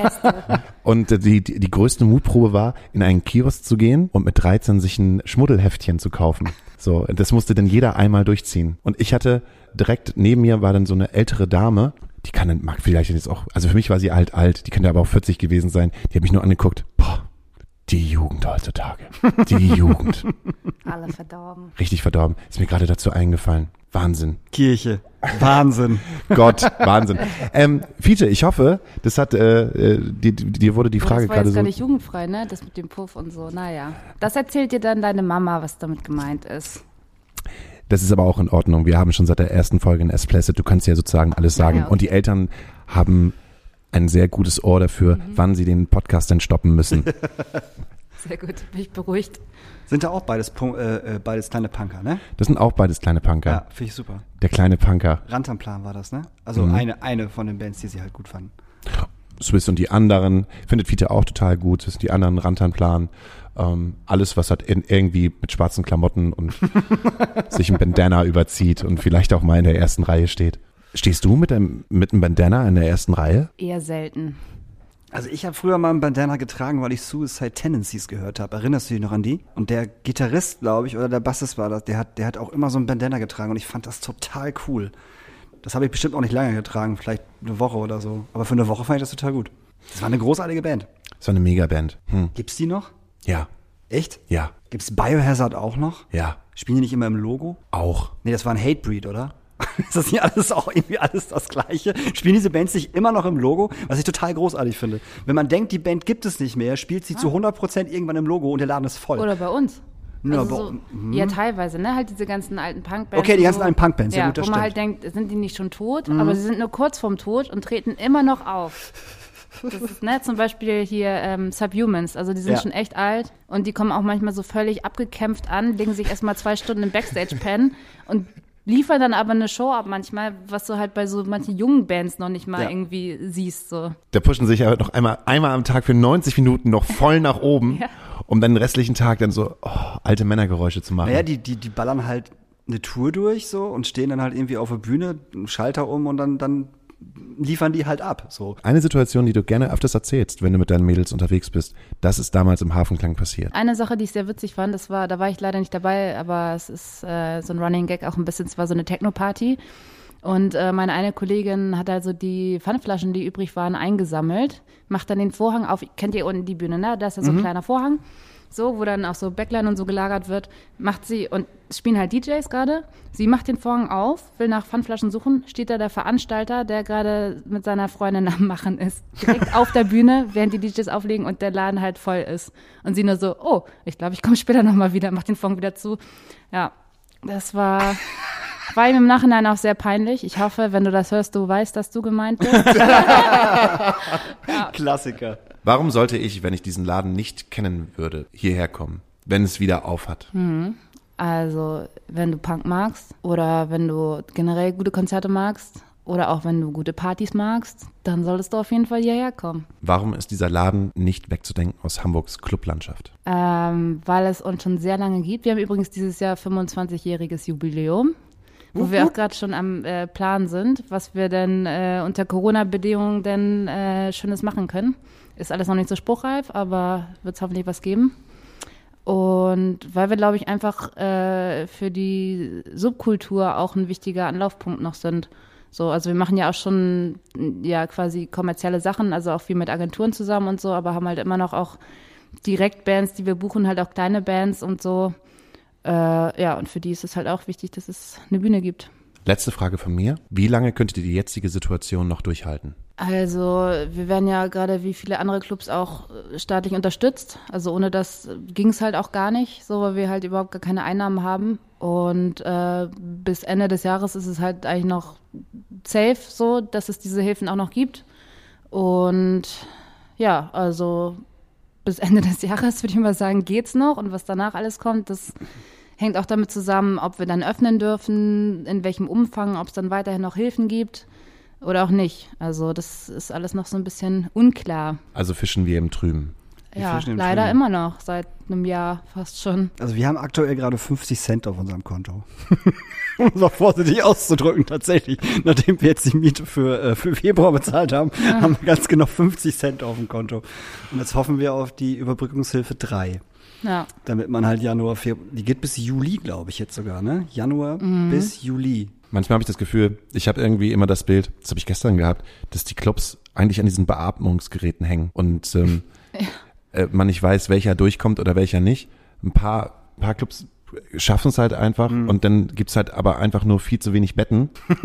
Und die größte Mutprobe war, in einen Kiosk zu gehen und mit 13 sich ein Schmuddelheftchen zu kaufen. So, das musste dann jeder einmal durchziehen. Und ich hatte direkt neben mir war dann so eine ältere Dame, die mag vielleicht jetzt auch, also für mich war sie alt, die könnte aber auch 40 gewesen sein. Die hat mich nur angeguckt, boah, die Jugend heutzutage. Die Jugend. Alle verdorben. Richtig verdorben. Ist mir gerade dazu eingefallen. Wahnsinn. Kirche. Wahnsinn. Gott, Wahnsinn. Fiete, ich hoffe, das hat, dir wurde die Frage gerade so. Das war jetzt gar nicht jugendfrei, ne? Das mit dem Puff und so. Naja. Das erzählt dir dann deine Mama, was damit gemeint ist. Das ist aber auch in Ordnung. Wir haben schon seit der ersten Folge in S-Placid, du kannst ja sozusagen alles sagen. Ja, okay. Und die Eltern haben ein sehr gutes Ohr dafür, wann sie den Podcast denn stoppen müssen. Sehr gut, bin ich beruhigt. Sind da auch beides kleine Punker, ne? Das sind auch beides kleine Punker. Ja, finde ich super. Der kleine Punker. Rantanplan war das, ne? Also eine von den Bands, die sie halt gut fanden. Swiss und die anderen, findet Fiete auch total gut, Swiss und die anderen, Rantanplan, alles, was halt irgendwie mit schwarzen Klamotten und sich ein Bandana überzieht und vielleicht auch mal in der ersten Reihe steht. Stehst du mit einem Bandana in der ersten Reihe? Eher selten. Also ich habe früher mal einen Bandana getragen, weil ich Suicide Tendencies gehört habe. Erinnerst du dich noch an die? Und der Gitarrist, glaube ich, oder der Bassist war das, der hat auch immer so einen Bandana getragen und ich fand das total cool. Das habe ich bestimmt auch nicht lange getragen, vielleicht eine Woche oder so. Aber für eine Woche fand ich das total gut. Das war eine großartige Band. Das war eine Megaband. Gibt's die noch? Ja. Echt? Ja. Gibt's Biohazard auch noch? Ja. Spielen die nicht immer im Logo? Auch. Nee, das war ein Hatebreed, oder? Ist das nicht alles auch irgendwie alles das Gleiche? Spielen diese Bands nicht immer noch im Logo? Was ich total großartig finde. Wenn man denkt, die Band gibt es nicht mehr, spielt sie zu 100% irgendwann im Logo und der Laden ist voll. Oder bei uns. Ja, Also ja, teilweise, ne? Halt diese ganzen alten Punkbands. Okay, die ganzen alten Punkbands, ja ja gut, das wo man stimmt. halt denkt, sind die nicht schon tot? Aber sie sind nur kurz vorm Tod und treten immer noch auf. Das ist, ne, zum Beispiel hier Subhumans, also die sind schon echt alt und die kommen auch manchmal so völlig abgekämpft an, legen sich erstmal 2 Stunden im Backstage pennen und liefern dann aber eine Show ab manchmal, was du halt bei so manchen jungen Bands noch nicht mal irgendwie siehst. So. Da pushen sich aber noch einmal am Tag für 90 Minuten noch voll nach oben, um dann den restlichen Tag dann so alte Männergeräusche zu machen. Naja, die ballern halt eine Tour durch so und stehen dann halt irgendwie auf der Bühne, einen Schalter um und dann liefern die halt ab. So. Eine Situation, die du gerne öfters erzählst, wenn du mit deinen Mädels unterwegs bist, das ist damals im Hafenklang passiert. Eine Sache, die ich sehr witzig fand, da war ich leider nicht dabei, aber es ist so ein Running Gag auch ein bisschen, es war so eine Techno-Party und meine eine Kollegin hat also die Pfandflaschen, die übrig waren, eingesammelt, macht dann den Vorhang auf, kennt ihr unten die Bühne, ne? Da ist ja so ein kleiner Vorhang, so, wo dann auch so Backline und so gelagert wird, macht sie und spielen halt DJs gerade. Sie macht den Vorhang auf, will nach Pfandflaschen suchen, steht da der Veranstalter, der gerade mit seiner Freundin am Machen ist. Direkt auf der Bühne, während die DJs auflegen und der Laden halt voll ist. Und sie nur so, oh, ich glaube, ich komme später nochmal wieder, macht den Vorhang wieder zu. Ja, das war ihm im Nachhinein auch sehr peinlich. Ich hoffe, wenn du das hörst, du weißt, dass du gemeint bist. Klassiker. Warum sollte ich, wenn ich diesen Laden nicht kennen würde, hierher kommen, wenn es wieder auf hat? Also, wenn du Punk magst oder wenn du generell gute Konzerte magst oder auch wenn du gute Partys magst, dann solltest du auf jeden Fall hierher kommen. Warum ist dieser Laden nicht wegzudenken aus Hamburgs Clublandschaft? Weil es uns schon sehr lange gibt. Wir haben übrigens dieses Jahr 25-jähriges Jubiläum, wo wir auch gerade schon am Plan sind, was wir denn unter Corona-Bedingungen denn Schönes machen können. Ist alles noch nicht so spruchreif, aber wird es hoffentlich was geben. Und weil wir, glaube ich, einfach für die Subkultur auch ein wichtiger Anlaufpunkt noch sind. So, also wir machen ja auch schon quasi kommerzielle Sachen, also auch viel mit Agenturen zusammen und so, aber haben halt immer noch auch Direktbands, die wir buchen, halt auch kleine Bands und so. Und für die ist es halt auch wichtig, dass es eine Bühne gibt. Letzte Frage von mir. Wie lange könntet ihr die jetzige Situation noch durchhalten? Also wir werden ja gerade wie viele andere Clubs auch staatlich unterstützt. Also ohne das ging es halt auch gar nicht, so weil wir halt überhaupt gar keine Einnahmen haben. Und bis Ende des Jahres ist es halt eigentlich noch safe so, dass es diese Hilfen auch noch gibt. Und ja, also bis Ende des Jahres würde ich mal sagen, geht's noch. Und was danach alles kommt, das hängt auch damit zusammen, ob wir dann öffnen dürfen, in welchem Umfang, ob es dann weiterhin noch Hilfen gibt oder auch nicht. Also das ist alles noch so ein bisschen unklar. Also fischen wir im Trüben. Ja, leider immer noch, seit einem Jahr fast schon. Also wir haben aktuell gerade 50 Cent auf unserem Konto. Um es mal vorsichtig auszudrücken, tatsächlich. Nachdem wir jetzt die Miete für Februar bezahlt haben, haben wir ganz genau 50 Cent auf dem Konto. Und jetzt hoffen wir auf die Überbrückungshilfe 3. Ja. Damit man halt Januar, Februar, die geht bis Juli, glaube ich jetzt sogar, ne? Januar bis Juli. Manchmal habe ich das Gefühl, ich habe irgendwie immer das Bild, das habe ich gestern gehabt, dass die Clubs eigentlich an diesen Beatmungsgeräten hängen und man nicht weiß, welcher durchkommt oder welcher nicht. Ein paar Clubs schaffen es halt einfach und dann gibt's halt aber einfach nur viel zu wenig Betten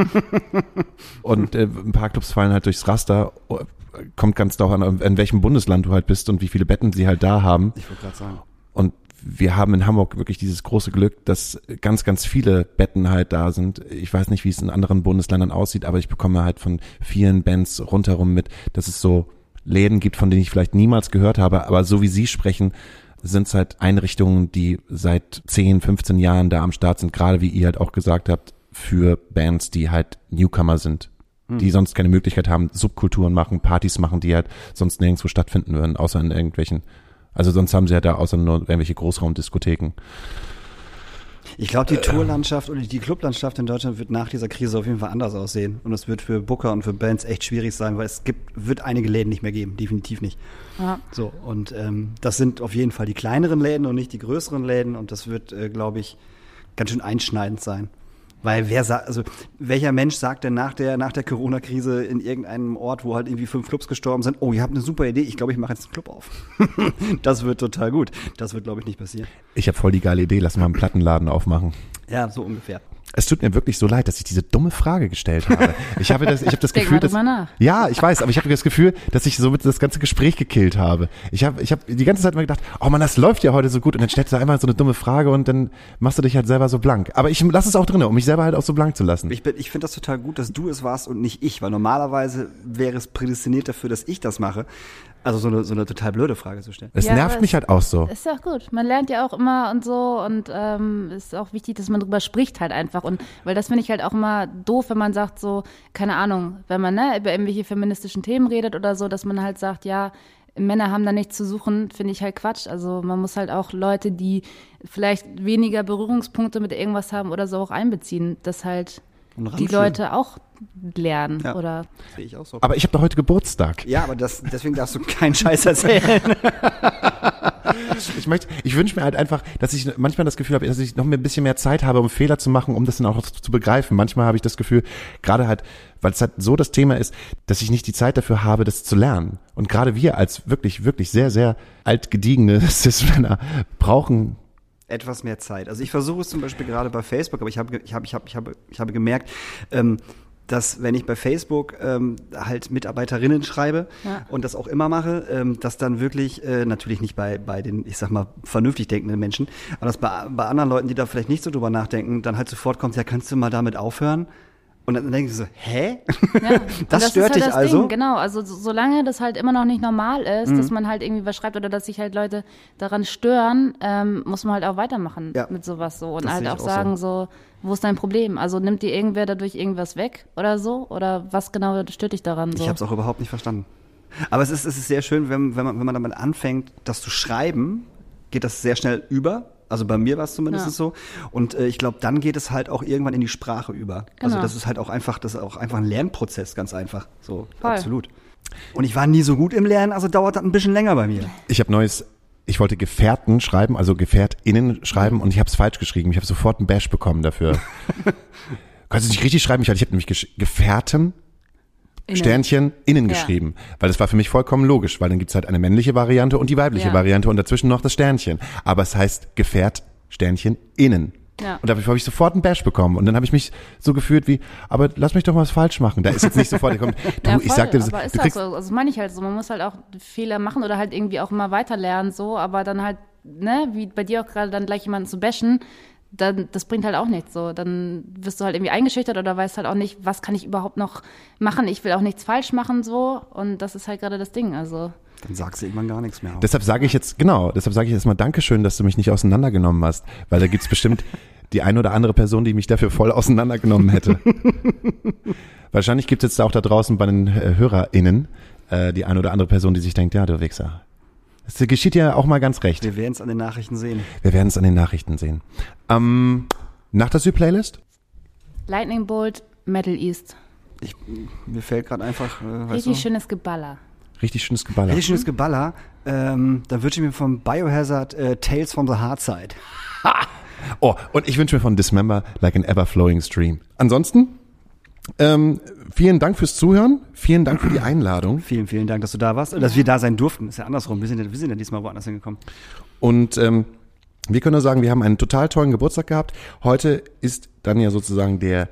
und ein paar Clubs fallen halt durchs Raster. Kommt ganz darauf an, in welchem Bundesland du halt bist und wie viele Betten sie halt da haben. Ich wollte gerade sagen. Und wir haben in Hamburg wirklich dieses große Glück, dass ganz, ganz viele Betten halt da sind. Ich weiß nicht, wie es in anderen Bundesländern aussieht, aber ich bekomme halt von vielen Bands rundherum mit, dass es so Läden gibt, von denen ich vielleicht niemals gehört habe, aber so wie Sie sprechen, sind es halt Einrichtungen, die seit 10, 15 Jahren da am Start sind, gerade wie ihr halt auch gesagt habt, für Bands, die halt Newcomer sind, die sonst keine Möglichkeit haben, Subkulturen machen, Partys machen, die halt sonst nirgendwo stattfinden würden, außer in irgendwelchen, also sonst haben sie ja da außer nur irgendwelche Großraumdiskotheken. Ich glaube, die Tourlandschaft oder die Clublandschaft in Deutschland wird nach dieser Krise auf jeden Fall anders aussehen. Und es wird für Booker und für Bands echt schwierig sein, weil wird einige Läden nicht mehr geben, definitiv nicht. Ja. So, und das sind auf jeden Fall die kleineren Läden und nicht die größeren Läden. Und das wird, glaube ich, ganz schön einschneidend sein. Weil welcher Mensch sagt denn nach der Corona-Krise in irgendeinem Ort, wo halt irgendwie 5 Clubs gestorben sind, oh, ihr habt eine super Idee, ich glaube, ich mache jetzt einen Club auf. Das wird total gut. Das wird, glaube ich, nicht passieren. Ich habe voll die geile Idee, lass mal einen Plattenladen aufmachen. Ja, so ungefähr. Es tut mir wirklich so leid, dass ich diese dumme Frage gestellt habe. Ich habe das Gefühl, dass ja, ich weiß, aber ich habe das Gefühl, dass ich somit das ganze Gespräch gekillt habe. Ich habe die ganze Zeit mal gedacht, oh man, das läuft ja heute so gut und dann stellst du einmal so eine dumme Frage und dann machst du dich halt selber so blank. Aber ich lasse es auch drin, um mich selber halt auch so blank zu lassen. Ich finde das total gut, dass du es warst und nicht ich, weil normalerweise wäre es prädestiniert dafür, dass ich das mache. Also so eine total blöde Frage zu stellen. Es nervt mich halt auch so. Ist ja auch gut. Man lernt ja auch immer und so und ist auch wichtig, dass man drüber spricht halt einfach. Und weil das finde ich halt auch immer doof, wenn man sagt so, keine Ahnung, wenn man über irgendwelche feministischen Themen redet oder so, dass man halt sagt, ja, Männer haben da nichts zu suchen, finde ich halt Quatsch. Also man muss halt auch Leute, die vielleicht weniger Berührungspunkte mit irgendwas haben oder so auch einbeziehen, dass halt die Leute auch lernen, ja, oder? Sehe ich auch so. Aber ich habe doch heute Geburtstag. Ja, aber deswegen darfst du keinen Scheiß erzählen. Ich wünsche mir halt einfach, dass ich manchmal das Gefühl habe, dass ich noch ein bisschen mehr Zeit habe, um Fehler zu machen, um das dann auch zu begreifen. Manchmal habe ich das Gefühl, gerade halt, weil es halt so das Thema ist, dass ich nicht die Zeit dafür habe, das zu lernen. Und gerade wir als wirklich, wirklich sehr, sehr altgediegene Cis-Männer brauchen etwas mehr Zeit. Also ich versuche es zum Beispiel gerade bei Facebook, aber ich habe gemerkt, dass wenn ich bei Facebook halt Mitarbeiterinnen schreibe und das auch immer mache, dass dann wirklich, natürlich nicht bei den, ich sag mal, vernünftig denkenden Menschen, aber dass bei anderen Leuten, die da vielleicht nicht so drüber nachdenken, dann halt sofort kommt, ja, kannst du mal damit aufhören? Und dann denke ich so, hä? Ja. Das und stört ist dich halt das also? Ding, genau, also solange das halt immer noch nicht normal ist, dass man halt irgendwie was schreibt oder dass sich halt Leute daran stören, muss man halt auch weitermachen Ja. mit sowas so. Und Das halt sehe auch ich auch sagen so, wo ist dein Problem? Also nimmt dir irgendwer dadurch irgendwas weg oder so? Oder was genau stört dich daran so? Ich habe es auch überhaupt nicht verstanden. Aber es ist sehr schön, wenn man damit anfängt, das zu schreiben, geht das sehr schnell über. Also bei mir war es zumindest Ja. so. Und ich glaube, dann geht es halt auch irgendwann in die Sprache über. Also Genau. das ist halt auch einfach, ein Lernprozess, ganz einfach. So, Voll. absolut. Und ich war nie so gut im Lernen, also dauert das ein bisschen länger bei mir. Ich wollte Gefährten schreiben, also GefährtInnen schreiben und ich habe es falsch geschrieben. Ich habe sofort einen Bash bekommen dafür. Kannst du nicht richtig schreiben? Ich habe nämlich Gefährten, Innen. Sternchen, innen Ja. geschrieben. Weil das war für mich vollkommen logisch, weil dann gibt's halt eine männliche Variante und die weibliche Ja. Variante und dazwischen noch das Sternchen. Aber es heißt Gefährt, Sternchen, innen. Ja. Und dafür habe ich sofort einen Bash bekommen. Und dann habe ich mich so gefühlt wie, aber lass mich doch mal was falsch machen. Da ist jetzt nicht sofort, der kommt, du, Ja, ich voll, sag dir das, aber ist du das kriegst, so? Also das meine ich halt so. Man muss halt auch Fehler machen oder halt irgendwie auch immer weiter lernen so, aber dann halt, ne, wie bei dir auch gerade dann gleich jemanden zu bashen, dann, das bringt halt auch nichts so. Dann wirst du halt irgendwie eingeschüchtert oder weißt halt auch nicht, was kann ich überhaupt noch machen. Ich will auch nichts falsch machen so und das ist halt gerade das Ding, also. Dann sagst du irgendwann gar nichts mehr. deshalb sage ich jetzt mal Dankeschön, dass du mich nicht auseinandergenommen hast. Weil da gibt's bestimmt die eine oder andere Person, die mich dafür voll auseinandergenommen hätte. Wahrscheinlich gibt's jetzt auch da draußen bei den HörerInnen die eine oder andere Person, die sich denkt, ja, du Wichser. Das geschieht ja auch mal ganz recht. Wir werden es an den Nachrichten sehen. Wir werden es an den Nachrichten sehen. Nach der Süd-Playlist? Lightning Bolt, Metal East. Mir fällt gerade einfach, weißt Richtig du, schönes Geballer. Richtig schönes Geballer. richtig schönes Geballer. Dann wünsche ich mir vom Biohazard Tales from the Hard Side. Oh, und ich wünsche mir von Dismember Like an Ever-Flowing Stream. Ansonsten, vielen Dank fürs Zuhören. Vielen Dank für die Einladung. Vielen, vielen Dank, dass du da warst. Dass wir da sein durften. Ist ja andersrum. Wir sind ja diesmal woanders hingekommen. Und wir können nur sagen, wir haben einen total tollen Geburtstag gehabt. Heute ist dann ja sozusagen der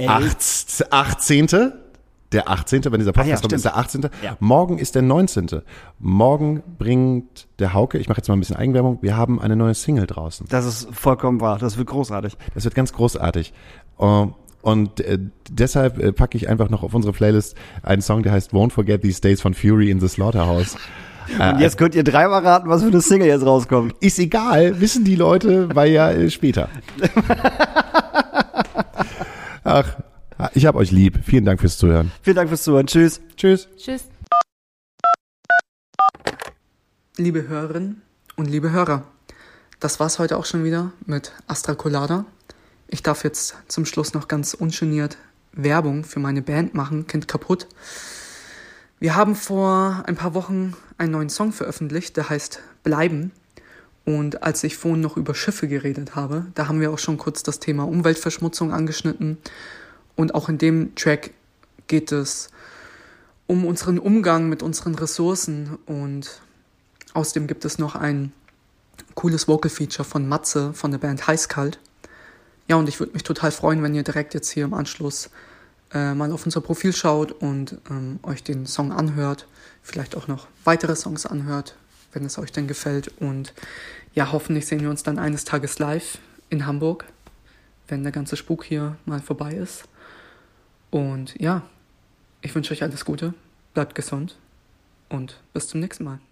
18. Der 18., wenn dieser Podcast kommt, ist der 18. Ja. Morgen ist der 19. Morgen bringt der Hauke, ich mache jetzt mal ein bisschen Eigenwerbung, wir haben eine neue Single draußen. Das ist vollkommen wahr. Das wird großartig. Das wird ganz großartig. Und deshalb packe ich einfach noch auf unsere Playlist einen Song, der heißt Won't Forget These Days von Fury in the Slaughterhouse. Und jetzt könnt ihr dreimal raten, was für eine Single jetzt rauskommt. Ist egal, wissen die Leute, weil ja später. Ach, ich hab euch lieb. Vielen Dank fürs Zuhören. Vielen Dank fürs Zuhören. Tschüss. Tschüss. Tschüss. Liebe Hörerinnen und liebe Hörer, das war's heute auch schon wieder mit Astra Colada. Ich darf jetzt zum Schluss noch ganz ungeniert Werbung für meine Band machen, Kind kaputt. Wir haben vor ein paar Wochen einen neuen Song veröffentlicht, der heißt Bleiben. Und als ich vorhin noch über Schiffe geredet habe, da haben wir auch schon kurz das Thema Umweltverschmutzung angeschnitten. Und auch in dem Track geht es um unseren Umgang mit unseren Ressourcen. Und außerdem gibt es noch ein cooles Vocal-Feature von Matze von der Band Heißkalt. Ja, und ich würde mich total freuen, wenn ihr direkt jetzt hier im Anschluss mal auf unser Profil schaut und euch den Song anhört. Vielleicht auch noch weitere Songs anhört, wenn es euch denn gefällt. Und ja, hoffentlich sehen wir uns dann eines Tages live in Hamburg, wenn der ganze Spuk hier mal vorbei ist. Und ja, ich wünsche euch alles Gute, bleibt gesund und bis zum nächsten Mal.